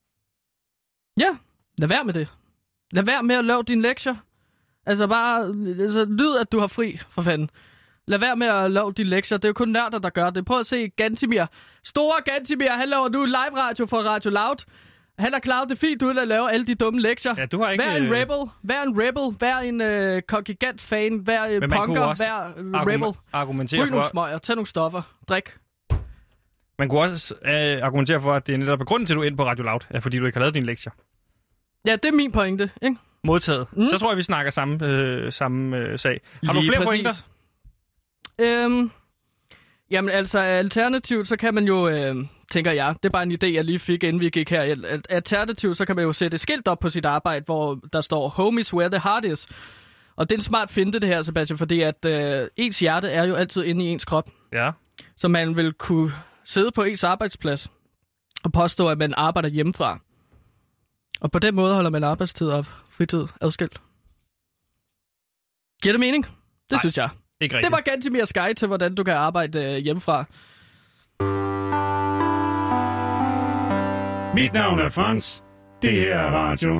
Ja, lad være med det. Lad være med at lave dine lektier. Altså bare, altså, lyd, at du har fri, for fanden. Lad være med at lave dine lektier. Det er jo kun nørder, der gør det. Prøv at se Gantemir. Store Gantemir, han laver nu live radio for Radio Loud. Han har klaret det fint uden at lave alle de dumme lektier. Ja, du har ikke... Vær en øh, rebel, vær en rebel, vær en øh, kongigant-fan, vær en Men man kunne punker, også vær en argum- rebel. argumentere Ryg nogle for, smøger, tag nogle stoffer, drik. man kunne også øh, argumentere for, at det er netop grunden til, at du er inde på Radio Loud, er fordi du ikke har lavet dine lektier. Ja, det er min pointe, ikke? Modtaget. Mm. Så tror jeg, vi snakker samme, øh, samme øh, sag. Har du Lige flere præcis. pointer? Øhm, jamen altså, alternativt, så kan man jo, øh, tænker jeg, det er bare en idé, jeg lige fik, inden vi gik her. Al- Alternativt, så kan man jo sætte et skilt op på sit arbejde, hvor der står, home is where the heart is. Og det er en smart finte, det her, Sebastian, fordi at øh, ens hjerte er jo altid inde i ens krop. Ja. Så man vil kunne sidde på ens arbejdsplads og påstå, at man arbejder hjemmefra. Og på den måde holder man arbejdstid og fritid adskilt. Giver det mening? Det Nej. synes jeg. Ikke rigtigt. Det var Gantemir Guide til, hvordan du kan arbejde øh, hjemmefra. Mit navn er Frans. Det her er radio.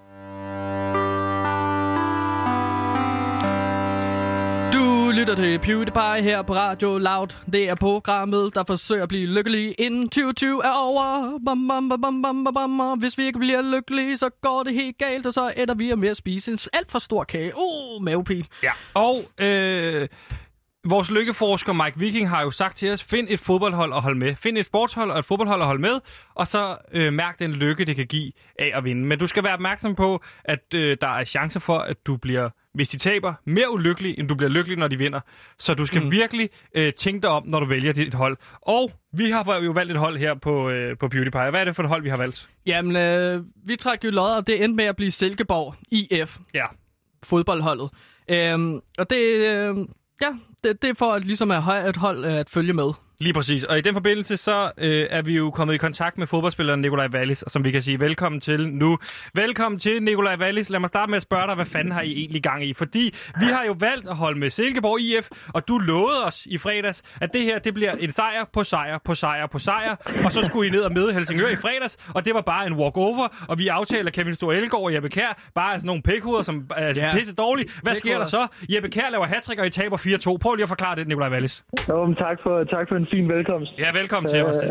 Du lytter til PewDiePie her på Radio Loud. Det er programmet, der forsøger at blive lykkelig inden tyve tyve er over. Bam, bam, bam, bam, bam, bam, bam. Og hvis vi ikke bliver lykkelige, så går det helt galt, og så ender vi med at spise en alt for stor kage. Åh, oh, mavepine. Ja. Og øh, vores lykkeforsker Mike Viking har jo sagt til os, find et fodboldhold at holde med. Find et sportshold og et fodboldhold at holde med, og så øh, mærk den lykke, det kan give af at vinde. Men du skal være opmærksom på, at øh, der er chance for, at du bliver, hvis de taber, mere ulykkelig, end du bliver lykkelig, når de vinder. Så du skal mm. virkelig øh, tænke dig om, når du vælger dit hold. Og vi har jo valgt et hold her på, øh, på PewDiePie. Hvad er det for et hold, vi har valgt? Jamen, øh, vi trak jo lodder, og det endte med at blive Silkeborg I F. Ja. Fodboldholdet. Øhm, og det, øh, ja, det, det er for at, ligesom at have et hold øh, at følge med. Lige præcis. Og i den forbindelse, så øh, er vi jo kommet i kontakt med fodboldspilleren Nicolai Wallis, som vi kan sige velkommen til nu. Velkommen til, Nicolai Wallis. Lad mig starte med at spørge dig, hvad fanden har I egentlig gang i? Fordi vi har jo valgt at holde med Silkeborg I F, og du lovede os i fredags, at det her, det bliver en sejr på sejr på sejr på sejr. Og så skulle I ned og møde Helsingør i fredags, og det var bare en walkover, og vi aftaler Kevin Stor Ellegaard og Jeppe Kjær, bare sådan nogle pækhoveder, som er Ja. pisse dårlige. Hvad sker der så? Jeppe Kjær laver hattrick, og I taber fire to. Prøv lige at forklare det, Nicolai Wallis. Jo, men tak for, tak for en fin velkomst. Ja, velkommen til os.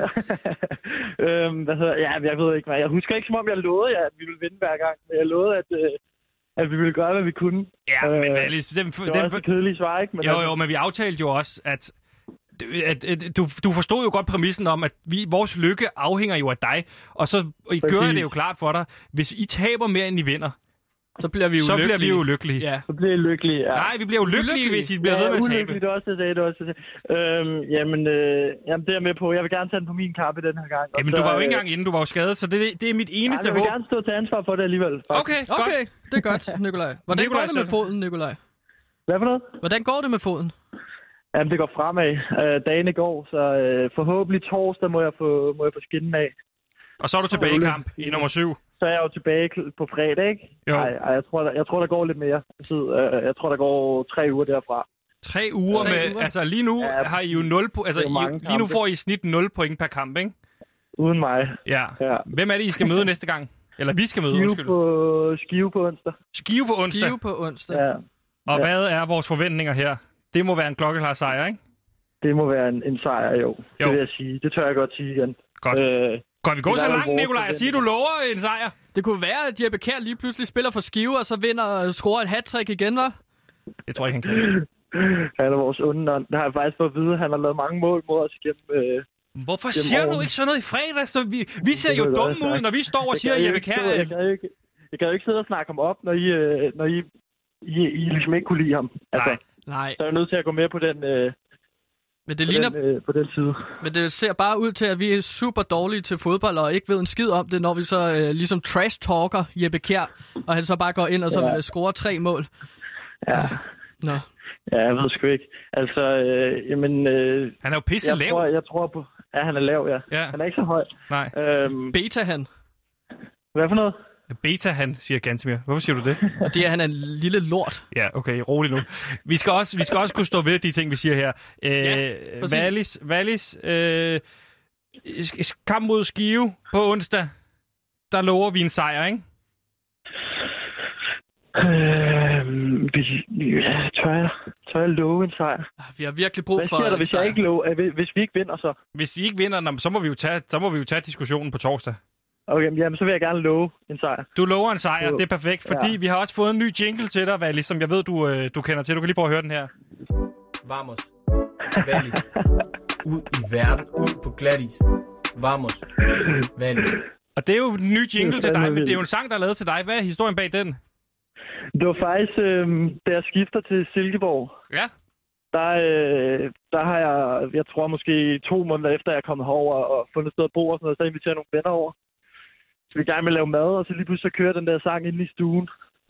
øhm, hvad hedder, ja, jeg ved ikke, hvad. Jeg husker ikke, som om jeg lovede jer, at vi ville vinde hver gang. Men jeg lovede, at, øh, at vi ville gøre, hvad vi kunne. Ja, øh, men Wallis... Den, det var også et kedeligt svar, ikke? Men jo, jo, men vi aftalte jo også, at... At, at, du, du forstod jo godt præmissen om, at vi, vores lykke afhænger jo af dig. Og så gør jeg det jo klart for dig. Hvis I taber mere, end I vinder, så bliver vi så ulykkelige. bliver vi ulykkelige. Ja. Så bliver I lykkelige, ja. Nej, vi bliver ulykkelige, ulykkelige. hvis I bliver ja, ved med at tabe. Ulykkelige, det er også det, jeg sagde. Det er også det, jeg sagde. Øhm, jamen, øh, jamen, det er jeg med på. Jeg vil gerne tage den på min kappe den her gang. Jamen, så, du var jo ikke øh, engang inde, du var jo skadet, så det, det er mit eneste håb. Jeg vil håb. gerne stå til ansvar for det alligevel. Faktisk. Okay, godt. Okay, det er godt, Nicolai. Hvordan Nicolai, går det med så- foden, Nicolai? Hvad for noget? Hvordan går det med foden? Jamen, det går fremad. Øh, dagen går, så øh, forhåbentlig torsdag må jeg få, må jeg få skinnen af. Og så er du tilbage i kamp i nummer syv. Så er jeg jo tilbage på fredag, ikke? Jo. Ej, ej, jeg, tror, der, jeg tror, der går lidt mere tid. Øh, Jeg tror, der går tre uger derfra. Tre uger Tre med... uger? Altså, lige nu Ja, har I jo nul... Po- altså, det er jo I, mange lige nu kampe. får I i snit nul point per kamp, ikke? Uden mig. Ja. Ja. Hvem er det, I skal møde næste gang? Eller vi skal møde, Skive undskyld. på, skive på onsdag. Skive på onsdag. Skive på onsdag. Ja, Og Ja. hvad er vores forventninger her? Det må være en klokkeklar sejr, ikke? det må være en, en sejr, jo. Det Jo. vil jeg sige. Det tør jeg godt sige igen. Godt. Øh, Kan vi gå det så er vel langt, vores Nicolai, og sige, at du lover en sejr? Det kunne være, at Jeppe Kjær lige pludselig spiller for Skive, og så vinder og scorer et hattrick igen, hva'? Det tror jeg ikke, han kan. han er vores onde ånd. Det har jeg faktisk fået at vide. Han har lavet mange mål mod os igennem... Øh, Hvorfor Jamen, siger du over- ikke sådan noget i fredags? Så vi, vi ser Det jo ved jeg dumme også, ud, tak. når vi står og Jeg siger, kan at jo Jeppe ikke Kjær... stå- Jeg kan jo ikke, jeg kan jo ikke sidde og snakke ham op, når I, øh, når I, I, I ligesom ikke kunne lide ham. Altså, Nej. Nej, så er jeg nødt til at gå med på den, øh, men det, på, ligner, den, øh, på den side. men det ser bare ud til, at vi er super dårlige til fodbold, og ikke ved en skid om det, når vi så øh, ligesom trash-talker Jeppe Kjær, og han så bare går ind og så Ja. ja. scorer tre mål. Ja, Nå. ja jeg ved sgu ikke. Altså, øh, jamen... Øh, Han er jo pisse jeg, lav. tror, jeg tror på... Ja, han er lav, ja. Ja. Han er ikke så høj. Nej. Øhm, Beta han. hvad for noget? Beta, han siger Gantemir. Hvorfor siger du det? Fordi han er en lille lort. Ja, okay, rolig nu. Vi skal også, vi skal også kunne stå ved de ting, vi siger her. Øh, Ja, præcis. Wallis, Wallis øh, sk- kamp mod Skive på onsdag, der lover vi en sejr, ikke? Øhm, vi, ja, tør jeg, tør jeg love en sejr? Vi har virkelig brug Hvad for sker der, en hvis, jeg sejr. ikke love, øh, hvis vi ikke vinder så? Hvis I ikke vinder, nå, så må vi jo tage, så må vi jo tage diskussionen på torsdag. Okay, jamen, så vil jeg gerne love en sejr. Du lover en sejr, Jo. det er perfekt, fordi Ja. vi har også fået en ny jingle til dig, Wallis, som jeg ved, du, øh, du kender til. Du kan lige prøve at høre den her. Vamos. Wallis. Ud i verden. Ud på glatis. Vamos. Wallis. Og det er jo en ny jingle Det er til dig, fandme men det er vildt. jo en sang, der er lavet til dig. Hvad er historien bag den? Det var faktisk, øh, da jeg skifter til Silkeborg, Ja. der, øh, der har jeg, jeg tror måske to måneder efter, jeg er kommet herover og fundet et sted at bo og sådan noget, så inviterer jeg nogle venner over. Så vi er i gang med at lave mad, og så lige pludselig så kører den der sang ind i stuen.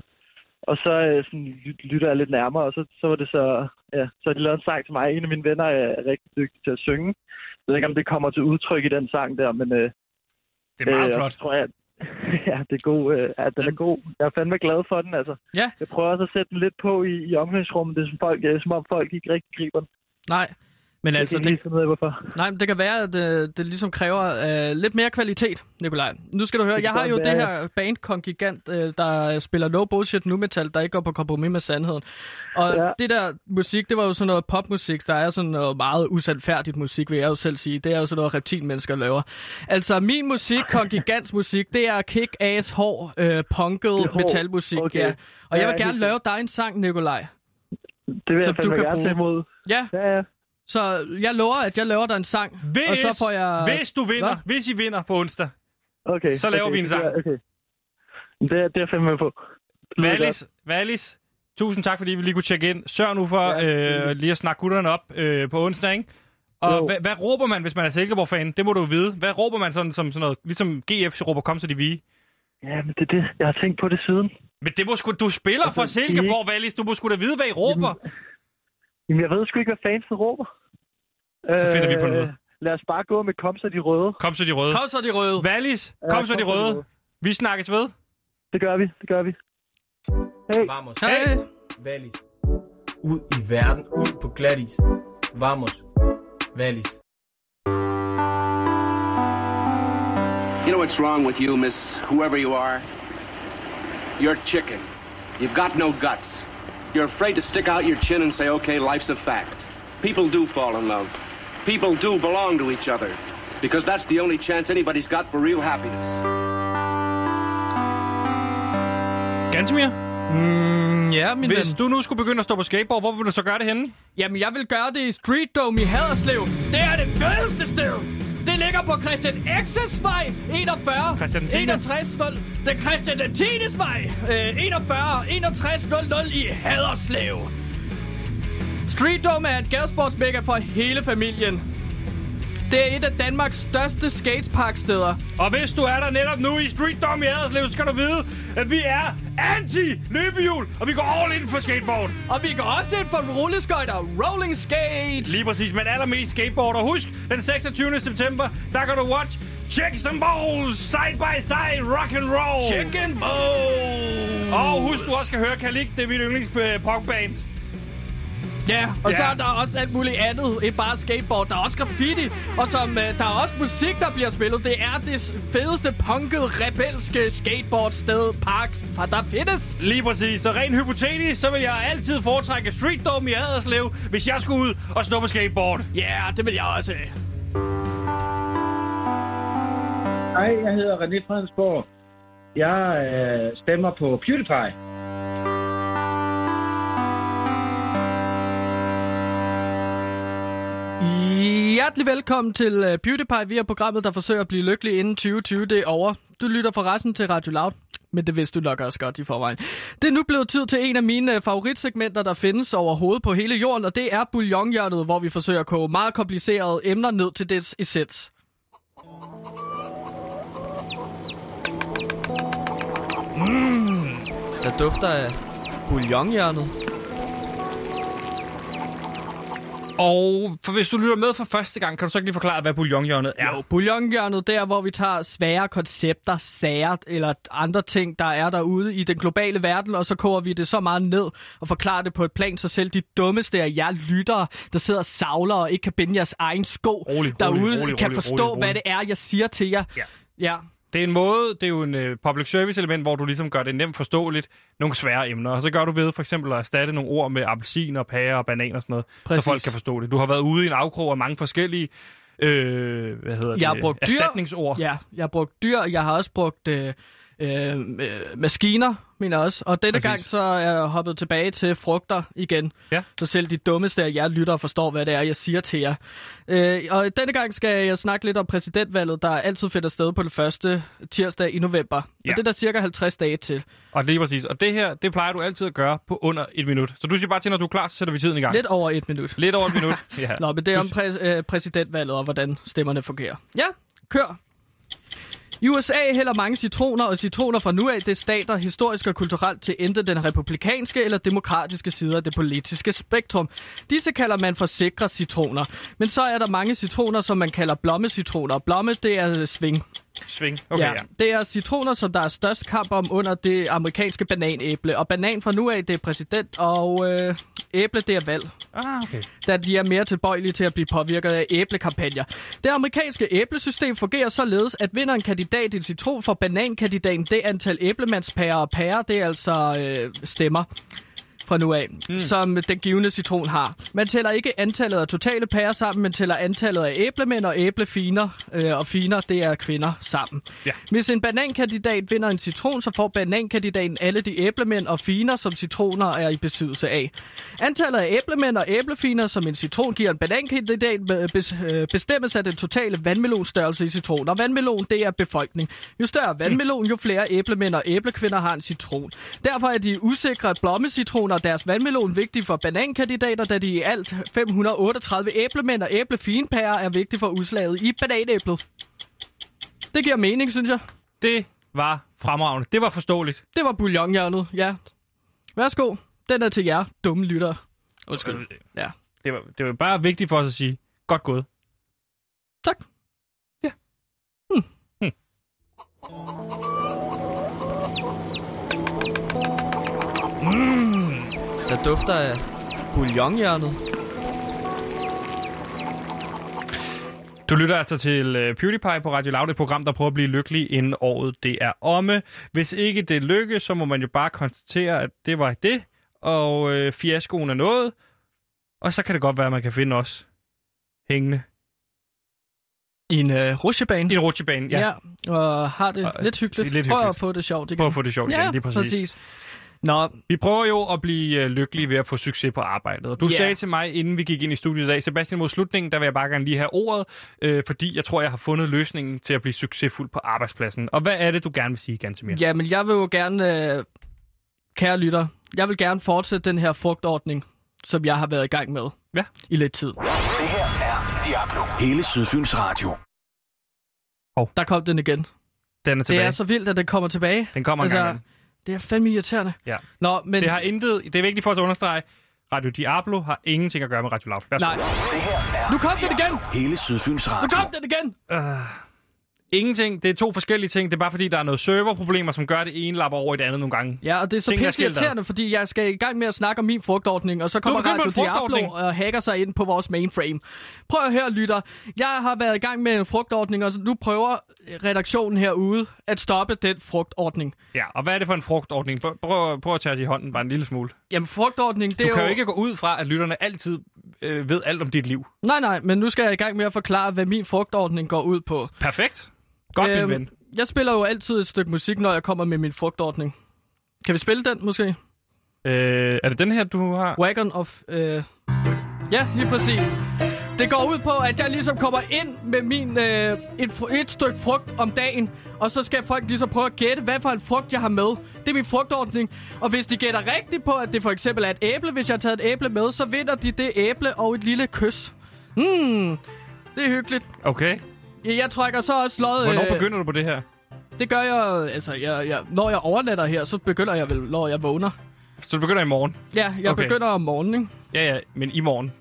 Og så øh, sådan, ly- lytter jeg lidt nærmere, og så, så var det så, ja, så har de lavet en sang til mig. En af mine venner er rigtig dygtig til at synge. Jeg ved ikke, om det kommer til udtryk i den sang der, men øh, Det er meget øh, flot. så tror jeg, ja, det er god. Øh, ja, den er god. Jeg er fandme glad for den, altså. Ja. Jeg prøver også at sætte den lidt på i, i omklædningsrummet. Det er som, folk, øh, som om folk ikke rigtig griber den. Nej, men Jeg altså, kan det, ikke lige finde ud af, hvorfor. nej, men det kan være, at det, det ligesom kræver øh, lidt mere kvalitet, Nikolaj. Nu skal du høre, Det jeg kan har godt jo det være, her band Kongigant, øh, der spiller no bullshit nu metal, der ikke går på kompromis med sandheden. Og Ja. det der musik, det var jo sådan noget popmusik, der er sådan noget meget usandfærdigt musik, vil jeg jo selv sige. Det er jo sådan noget, reptilmennesker laver. Altså, min musik, Kongigants musik, det er kick-ass, hård, øh, punket Det er hård. metalmusik. Okay. Ja. Og jeg Ja, vil gerne helt lave dig en sang, Nikolaj. Det vil Som jeg du fandme kan gerne bruge. tage imod. Ja, Ja, ja. så jeg lover, at jeg laver dig en sang. Hvis, og så får jeg... hvis du vinder, Hvad? hvis I vinder på onsdag, Okay. Så laver okay, vi en det sang. bliver- Okay. Det er, det er jeg fandme med på. Det lyder Wallis, Wallis, tusind tak, fordi vi lige kunne tjekke ind. Sørg nu for Ja, øh, lige at snakke gutterne op øh, på onsdag, ikke? Og Jo. hvad, hvad råber man, hvis man er Silkeborg-fan? Det må du vide. Hvad råber man sådan, som sådan noget? Ligesom G F råber, kom så de vige. godt. Ja, men det er det. Jeg har tænkt på det siden. Men det må sgu, du spiller Altså, for Silkeborg, Wallis. Du må sgu da vide, hvad I råber. Jamen, jeg ved sgu ikke, hvad fansen råber. Så finder øh, vi på noget. Lad os bare gå med kom så de røde. Kom så de røde. Kom så de røde. Wallis, kom Ja, så de kom så de røde. røde. Vi snakkes ved. Det gør vi, det gør vi. Hey. Vamos. Hey. Wallis. Ud i verden. Ud på glatis. Vamos. Wallis. You know what's wrong with you, miss whoever you are? You're chicken. You've got no guts. You're afraid to stick out your chin and say, okay, life's a fact. People do fall in love. People do belong to each other. Because that's the only chance anybody's got for real happiness. Gantemir? Mm, ja, min Hvis ven. du nu skulle begynde at stå på skateboard, hvor vil du så gøre det henne? Jamen, jeg vil gøre det i Street Dome i Haderslev. Det er det fedeste sted. Det ligger på Christian X's vej, enogfyrre. Christian den tiende. enogtres nul. Det er Christian den tiendes vej, øh, enogfyrre, enogtres nul nul i Haderslev. Street Dome er et gadesportsmega for hele familien. Det er et af Danmarks største skateparksteder. Og hvis du er der netop nu i Street Dome i Haderslev, så skal du vide, at vi er anti-løbehjul, og vi går all in for skateboard. Og vi går også ind for rulleskøjter, rolling skate. Lige præcis, men allermest skateboard. Og husk, den seksogtyvende september, der kan du watch Check Some Balls, Side by Side, Rock and Roll. Chicken balls. Og husk, du også skal høre Kalik, det er mit yndlings punkband. Ja, og Ja. så er der også alt muligt andet end bare skateboard. Der er også graffiti, og som, øh, der er også musik, der bliver spillet. Det er det fedeste, punkede, rebelske skateboardsted, parks, for der findes. Lige præcis. Så rent hypotetisk, så vil jeg altid foretrække Street Dome i Haderslev, hvis jeg skulle ud og stå på skateboard. Ja, yeah, det vil jeg også. Hej, jeg hedder René Fredensborg. Jeg øh, stemmer på PewDiePie. Hjertelig velkommen til uh, PewDiePie. Vi er programmet, der forsøger at blive lykkelig inden tyve tyve. Det er over. Du lytter forresten til Radio Loud, men det vidste du nok også godt i forvejen. Det er nu blevet tid til en af mine uh, favoritsegmenter, der findes overhovedet på hele jorden, og det er bouillonhjørnet, hvor vi forsøger at koge meget komplicerede emner ned til dets essens. Mm, der dufter af bouillonhjørnet. Og for hvis du lytter med for første gang, kan du så ikke lige forklare, hvad bouillonhjørnet er? Jo, bouillonhjørnet, det er, hvor vi tager svære koncepter, sager eller andre ting, der er derude i den globale verden, og så koger vi det så meget ned og forklarer det på et plan, så selv de dummeste af jer lyttere, der sidder og savler og ikke kan binde jeres egen sko rolig, derude, rolig, rolig, kan rolig, forstå, rolig, rolig. hvad det er, jeg siger til jer. Ja. Ja. Det er en måde, det er jo en uh, public service element, hvor du ligesom gør det nemt forståeligt, nogle svære emner. Og så gør du ved for eksempel at erstatte nogle ord med appelsin og pære og banan og sådan noget, Præcis. så folk kan forstå det. Du har været ude i en afkrog af mange forskellige øh, hvad hedder Jeg har det, brugt dyr. erstatningsord. Ja, jeg har brugt dyr, jeg har også brugt øh, øh, maskiner, mener jeg også. Og denne Præcis. gang så er jeg hoppet tilbage til frugter igen. Ja. Så selv de dummeste af jer lyttere forstår, hvad det er, jeg siger til jer. Øh, og denne gang skal jeg snakke lidt om præsidentvalget, der altid finder sted på det første tirsdag i november. Ja. Og det er der cirka halvtreds dage til. Og lige præcis. Og det her, det plejer du altid at gøre på under et minut. Så du siger bare til, når du er klar, så sætter vi tiden i gang. Lidt over et minut. Lidt over et minut. Ja. Nå, men det er om præ- øh, præsidentvalget og hvordan stemmerne fungerer. Ja, kør! I U S A hælder mange citroner, og citroner fra nu af det stater historisk og kulturelt til enten den republikanske eller demokratiske side af det politiske spektrum. Disse kalder man for sikre citroner. Men så er der mange citroner, som man kalder blommecitroner. Blomme, det er sving. Sving. Okay, ja. ja. Det er citroner, som der er størst kamp om under det amerikanske bananæble. Og banan fra nu af, det er præsident, og øh, æble, det er valg. Ah, okay. Da de er mere tilbøjelige til at blive påvirket af æblekampagner. Det amerikanske æblesystem fungerer således, at vinder en kandidat i en citron for banankandidaten, det antal æblemandspærer og pærer, det er altså øh, stemmer fra nu af, mm. som den givende citron har. Man tæller ikke antallet af totale pærer sammen, men tæller antallet af æblemænd og æblefiner, øh, og finer, det er kvinder sammen. Ja. Hvis en banankandidat vinder en citron, så får banankandidaten alle de æblemænd og finer, som citroner er i besiddelse af. Antallet af æblemænd og æblefiner, som en citron giver en banankandidat, bestemmes af den totale vandmelonstørrelse i citron. Og vandmelon, det er befolkning. Jo større vandmelon, jo flere æblemænd og æblekvinder har en citron. Derfor er de usikre blommecitroner og deres vandmelon vigtige for banankandidater, da de i alt fem hundrede otteogtredive æblemænd og æblefinpærer er vigtige for udslaget i bananæblet. Det giver mening, synes jeg. Det var fremragende. Det var forståeligt. Det var bouillonhjørnet, ja. Værsgo. Den er til jer, dumme lyttere. Undskyld. Ja. Det var, det var bare vigtigt for os at sige, godt gået. Tak. Ja. Hmm. Hmm. Mm. Der dufter af bouillonhjørnet. Du lytter altså til uh, PewDiePie på Radio Loud, et program, der prøver at blive lykkelig inden året det er omme. Hvis ikke det lykkes, så må man jo bare konstatere, at det var det, og uh, fiaskoen er nået. Og så kan det godt være, at man kan finde os hængende. I en uh, rutsjebane. I en rutsjebane, ja. ja. Og har det og, lidt hyggeligt. Lidt Prøv hyggeligt. at få det sjovt igen. Prøv at få det sjovt ja, igen, lige præcis. præcis. Nå. Vi prøver jo at blive uh, lykkelige ved at få succes på arbejdet. Og du yeah. sagde til mig, inden vi gik ind i studiet i dag, Sebastian, mod slutningen, der vil jeg bare gerne lige have ordet, øh, fordi jeg tror, jeg har fundet løsningen til at blive succesfuld på arbejdspladsen. Og hvad er det, du gerne vil sige, Gantemir? Jamen, jeg vil jo gerne, øh, kære lytter, jeg vil gerne fortsætte den her frugtordning, som jeg har været i gang med ja. i lidt tid. Det her er Diablo. Hele Sydfyns Radio. Oh. Der kom den igen. Den er tilbage. Det er så vildt, at den kommer tilbage. Den kommer altså, en gang. Det er fandme irriterende. Ja. Nå, men... Det har intet... Det er vigtigt for os at understrege. Radio Diablo har ingenting at gøre med Radio Loud. Nej. Det her er nu kom den igen! Hele Sydfyns Radio. Nu kom den igen! Uh, ingenting. Det er to forskellige ting. Det er bare fordi, der er noget serverproblemer, som gør, at det ene lapper over i det andet nogle gange. Ja, og det er så pisse irriterende, fordi jeg skal i gang med at snakke om min frugtordning, og så kommer Radio Diablo og hacker sig ind på vores mainframe. Prøv at høre, lytter. Jeg har været i gang med en frugtordning, og nu prøver redaktionen herude at stoppe den frugtordning. Ja, og hvad er det for en frugtordning? Prøv, prøv at tage det i hånden bare en lille smule. Jamen, frugtordning, det du er jo... Du kan jo ikke gå ud fra, at lytterne altid øh, ved alt om dit liv. Nej, nej, men nu skal jeg i gang med at forklare, hvad min frugtordning går ud på. Perfekt. Godt, øhm, min ven. Jeg spiller jo altid et stykke musik, når jeg kommer med min frugtordning. Kan vi spille den, måske? Øh, er det den her, du har? Wagon of... Øh... Ja, lige præcis. Det går ud på, at jeg ligesom kommer ind med min øh, et, et stykke frugt om dagen, og så skal folk ligesom prøve at gætte, hvad for en frugt jeg har med. Det er min frugtordning. Og hvis de gætter rigtigt på, at det for eksempel er et æble, hvis jeg har taget et æble med, så vinder de det æble og et lille kys. Hmm, det er hyggeligt. Okay. Jeg trækker så også lod... Hvornår øh, begynder du på det her? Det gør jeg... Altså, jeg, jeg, når jeg overnatter her, så begynder jeg vel, når jeg vågner. Så du begynder i morgen? Ja, jeg okay. begynder om morgenen, ikke? Ja, ja, men i morgen?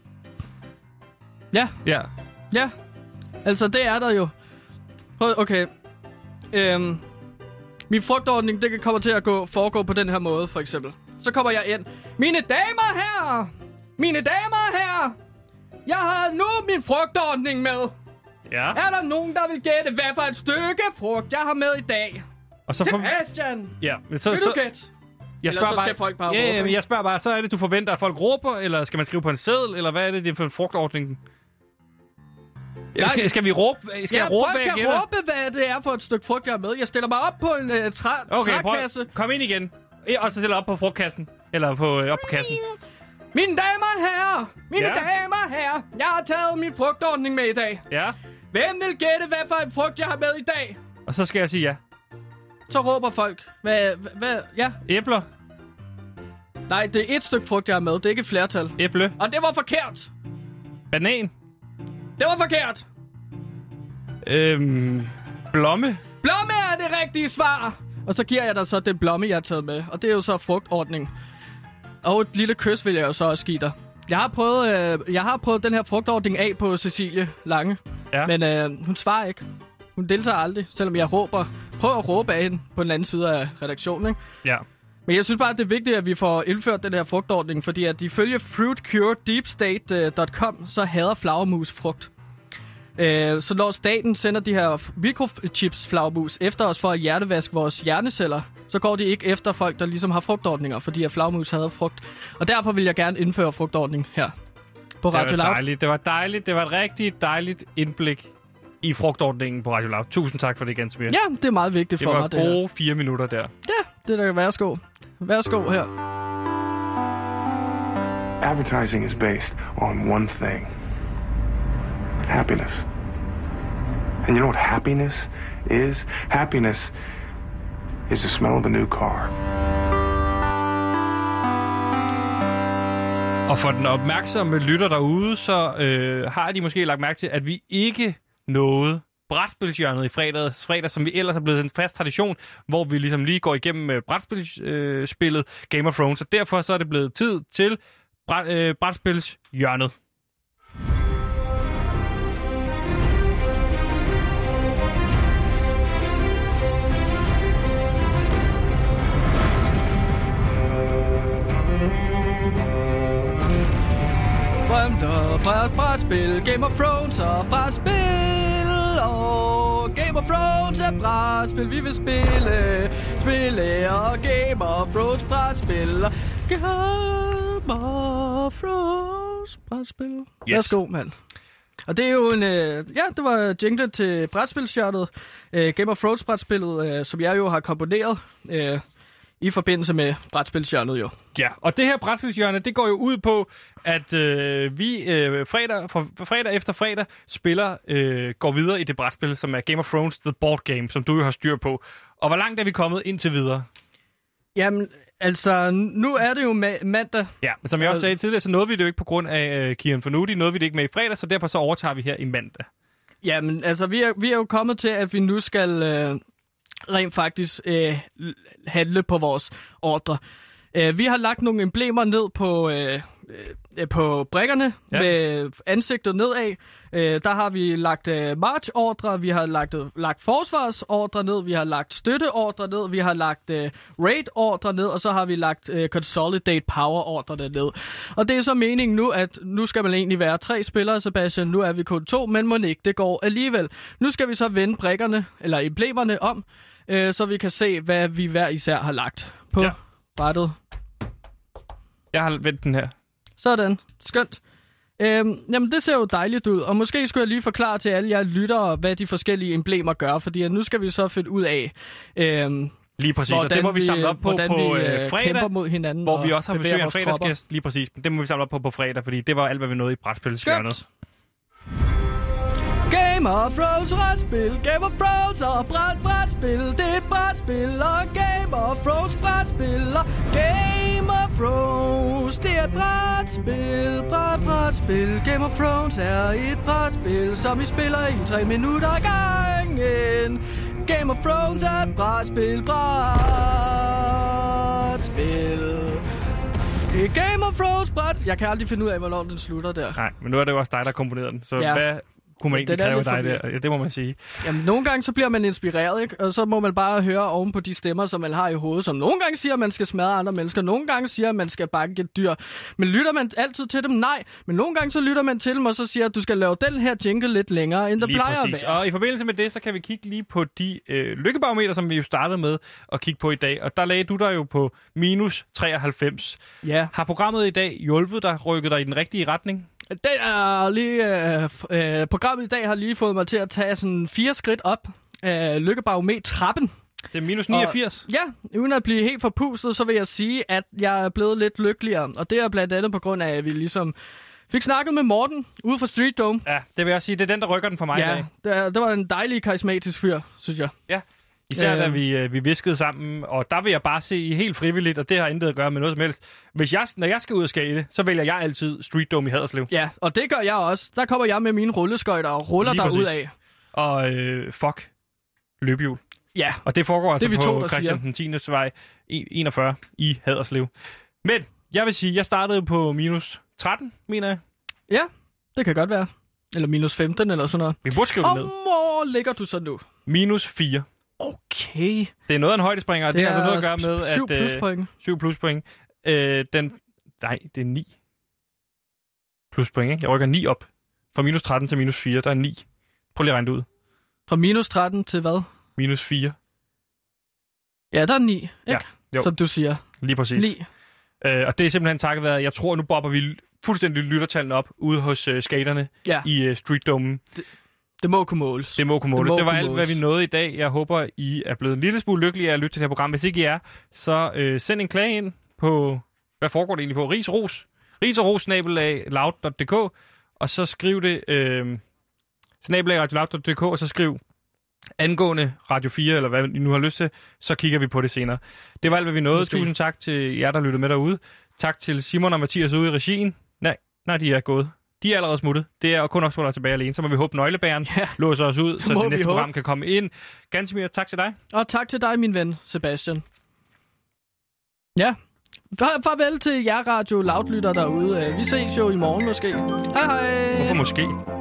Ja. Ja. Ja. Altså, det er der jo. Okay. Øhm, min frugtordning, det kommer til at gå, foregå på den her måde, for eksempel. Så kommer jeg ind. Mine damer her! Mine damer her! Jeg har nu min frugtordning med. Ja. Er der nogen, der vil gætte, hvad for et stykke frugt, jeg har med i dag? Og så Sebastian! For... Ja, men så... Vil så... du gætte? Jeg spørger så skal bare... folk bare ja, råbe. Ja, men jeg spørger bare, så er det, du forventer, at folk råber, eller skal man skrive på en seddel, eller hvad er det, det er for en frugtordning? Ja, skal, skal vi råbe? Skal ja, jeg råbe, folk kan råbe, hvad det er for et stykke frugt, jeg har med. Jeg stiller mig op på en uh, træ, okay, trækasse. Prøv, kom ind igen. Og så stiller op på frugtkassen. Eller på, øh, op på kassen. Mine damer og herrer! Mine ja. damer og herrer! Jeg har taget min frugtordning med i dag. Ja. Hvem vil gætte, hvad for en frugt, jeg har med i dag? Og så skal jeg sige ja. Så råber folk. Hvad? Hvad? Ja. Æbler. Nej, det er et stykke frugt, jeg har med. Det er ikke et flertal. Æble. Og det var forkert. Banan. Det var forkert. Øhm... Blomme. Blomme er det rigtige svar. Og så giver jeg dig så den blomme, jeg har taget med. Og det er jo så frugtordning. Og et lille kys vil jeg jo så også give dig. Jeg har prøvet, øh, jeg har prøvet den her frugtordning af på Cecilie Lange. Ja. Men øh, hun svarer ikke. Hun deltager aldrig, selvom jeg råber, prøver at råbe af hende på den anden side af redaktionen. Ikke? Ja. Men jeg synes bare, at det er vigtigt, at vi får indført den her frugtordning, fordi at ifølge fruit cure deep state dot com, så hader flagermus frugt. Øh, så når staten sender de her mikrochips flagermus efter os for at hjertevaske vores hjerneceller, så går de ikke efter folk, der ligesom har frugtordninger, fordi at flagermus hader frugt. Og derfor vil jeg gerne indføre frugtordning her på Radio Loud. Det var dejligt, det var dejligt, det var et rigtig dejligt indblik i frugtordningen på Radio Loud. Tusind tak for det, Gantemir. Ja, det er meget vigtigt for mig. Det var gode fire minutter der. Ja, det er da værsgo. Værsgo her. Advertising is based on one thing. Happiness. And you know what happiness is? Happiness is the smell of a new car. Og for den opmærksomme lytter derude, så øh, har de måske lagt mærke til, at vi ikke nåede brætspilshjørnet i fredags, fredag, som vi ellers er blevet en fast tradition, hvor vi ligesom lige går igennem øh, brætspilspillet øh, Game of Thrones, og derfor så er det blevet tid til bræt, øh, brætspils hjørnet. Drømte bræt, brætspil, Game of Thrones og brætspil, og Game of Thrones er brætspil, vi vil spille, spille, og Game of Thrones brætspil, og Game of Thrones brætspil. Yes. Værsgo, mand. Og det er jo en, øh, ja, det var jingle til brætspilshjørnet, øh, Game of Thrones brætspillet, øh, som jeg jo har komponeret, øh, i forbindelse med brætspilshjørnet jo. Ja, og det her brætspilshjørne, det går jo ud på, at øh, vi øh, fredag, fra, fredag efter fredag spiller, øh, går videre i det brætspil, som er Game of Thrones The Board Game, som du jo har styr på. Og hvor langt er vi kommet indtil videre? Jamen, altså, nu er det jo ma- mandag. Ja, men som jeg også sagde tidligere, så nåede vi det jo ikke på grund af øh, Kieran Fornuti, nåede vi det ikke med i fredag, så derfor så overtager vi her i mandag. Jamen, altså, vi er, vi er jo kommet til, at vi nu skal øh, rent faktisk øh, handle på vores ordre. Øh, vi har lagt nogle emblemer ned på, øh, øh, på brikkerne, ja, med ansigtet nedad. Øh, der har vi lagt øh, march-ordre, vi har lagt, øh, lagt forsvarsordre ned, vi har lagt støtteordre ned, vi har lagt øh, raid-ordre ned, og så har vi lagt øh, consolidate power-ordrene ned. Og det er så meningen nu, at nu skal man egentlig være tre spillere, Sebastian. Nu er vi kun to, men må ikke, det går alligevel. Nu skal vi så vende brikkerne, eller emblemerne om, øh, så vi kan se, hvad vi hver især har lagt på ja. brættet. Jeg har vendt den her. Sådan. Skønt. Øhm, jamen, det ser jo dejligt ud, og måske skulle jeg lige forklare til alle jer lyttere, hvad de forskellige emblemer gør, fordi nu skal vi så finde ud af, øhm, lige præcis, og det må vi samle op på på vi, øh, fredag, mod hinanden, hvor vi også har besøg af en fredagsgæst, lige præcis. Det må vi samle op på på fredag, fordi det var alt, hvad vi nåede i brætspilshjørnet. Game of Thrones brætspil, Game of Thrones og bræt, brætspil, det er et brætspil, og Game of Thrones brætspil, og Game of Thrones, det er et brætspil, bræt, brætspil, Game of Thrones er et brætspil, som I spiller i tre minutter ad gangen. Game of Thrones er et brætspil, brætspil. Game of Thrones bræt. Jeg kan aldrig finde ud af, hvornår den slutter der. Nej, men nu er det jo også dig, der komponerede den, så ja. Hvad kunne man egentlig kræve dig der? Ja, det må man sige. Jamen, nogle gange så bliver man inspireret, ikke? Og så må man bare høre oven på de stemmer, som man har i hovedet, som nogle gange siger, at man skal smadre andre mennesker, nogle gange siger, at man skal banke et dyr. Men lytter man altid til dem? Nej. Men nogle gange så lytter man til dem, og så siger, at du skal lave den her jingle lidt længere, end det plejer præcis. At være. Og i forbindelse med det, så kan vi kigge lige på de øh, lykkebarometer, som vi jo startede med at kigge på i dag. Og der lagde du der jo på minus treoghalvfems. Ja. Har programmet i dag hjulpet dig, rykket dig i den rigtige retning? Det er lige, øh, øh, programmet i dag har lige fået mig til at tage sådan fire skridt op af lykkebarometrappen. Det er minus niogfirs. Og, ja, uden at blive helt forpustet, så vil jeg sige, at jeg er blevet lidt lykkeligere. Og det er blandt andet på grund af, at vi ligesom fik snakket med Morten ude fra Street Dome. Ja, det vil jeg sige, det er den, der rykker den for mig ja, i dag. Det, det var en dejlig karismatisk fyr, synes jeg. Ja. Især da vi, øh, vi viskede sammen, og der vil jeg bare se helt frivilligt, og det har intet at gøre med noget som helst. Hvis jeg, når jeg skal ud og skate, så vælger jeg altid Street Dome i Haderslev. Ja, og det gør jeg også. Der kommer jeg med mine rulleskøjter og ruller derud af. Og øh, fuck, løbehjul. Ja. Og det foregår altså det på to, Christian den tiende vej enogfyrre i Haderslev. Men jeg vil sige, jeg startede på minus tretten, mener jeg. Ja, det kan godt være. Eller minus femten eller sådan noget. Vi burde skrive det ned. Og hvor ligger du så nu? Minus fire. Okay. Det er noget af en højdespringer, og det, det er altså noget at gøre med, syv at... Pluspoint. syv pluspoint. Øh, den... Nej, det er ni pluspoint, ikke? Jeg rykker ni op. Fra minus tretten til minus fire, der er ni. Prøv lige at regne det ud. Fra minus tretten til hvad? Minus fire. Ja, der er ni, ikke? Ja, jo. Som du siger. Lige præcis. ni. Øh, og det er simpelthen takket være, jeg tror, nu bobber vi fuldstændig lyttertallene op ude hos uh, skaterne ja. i uh, Street Dome. Det, det må kunne måles. Det må kunne måles. Det, må det var alt, måles. hvad vi nåede i dag. Jeg håber, I er blevet en lille smule lykkelige af at lytte til det her program. Hvis ikke I er, så øh, send en klage ind på, hvad foregår det egentlig på? Ris Ros. Ris og Ros, snabelag loud punktum d k, og så skriv det, øh, snabelag radio loud punktum d k, og så skriv angående Radio fire, eller hvad I nu har lyst til, så kigger vi på det senere. Det var alt, hvad vi nåede. Måske. Tusind tak til jer, der lyttede med derude. Tak til Simon og Mathias ude i regien. Nej, nej, de er gået. De er allerede smuttet. Det er kun også, der tilbage alene. Så må vi håbe, nøglebæren ja. låser os ud, så det næste program håbe. kan komme ind. Gansimir, tak til dig. Og tak til dig, min ven, Sebastian. Ja, Farvel til jer Radio Loud-lytter derude. Vi ses jo i morgen måske. Hej hej. Hvorfor måske?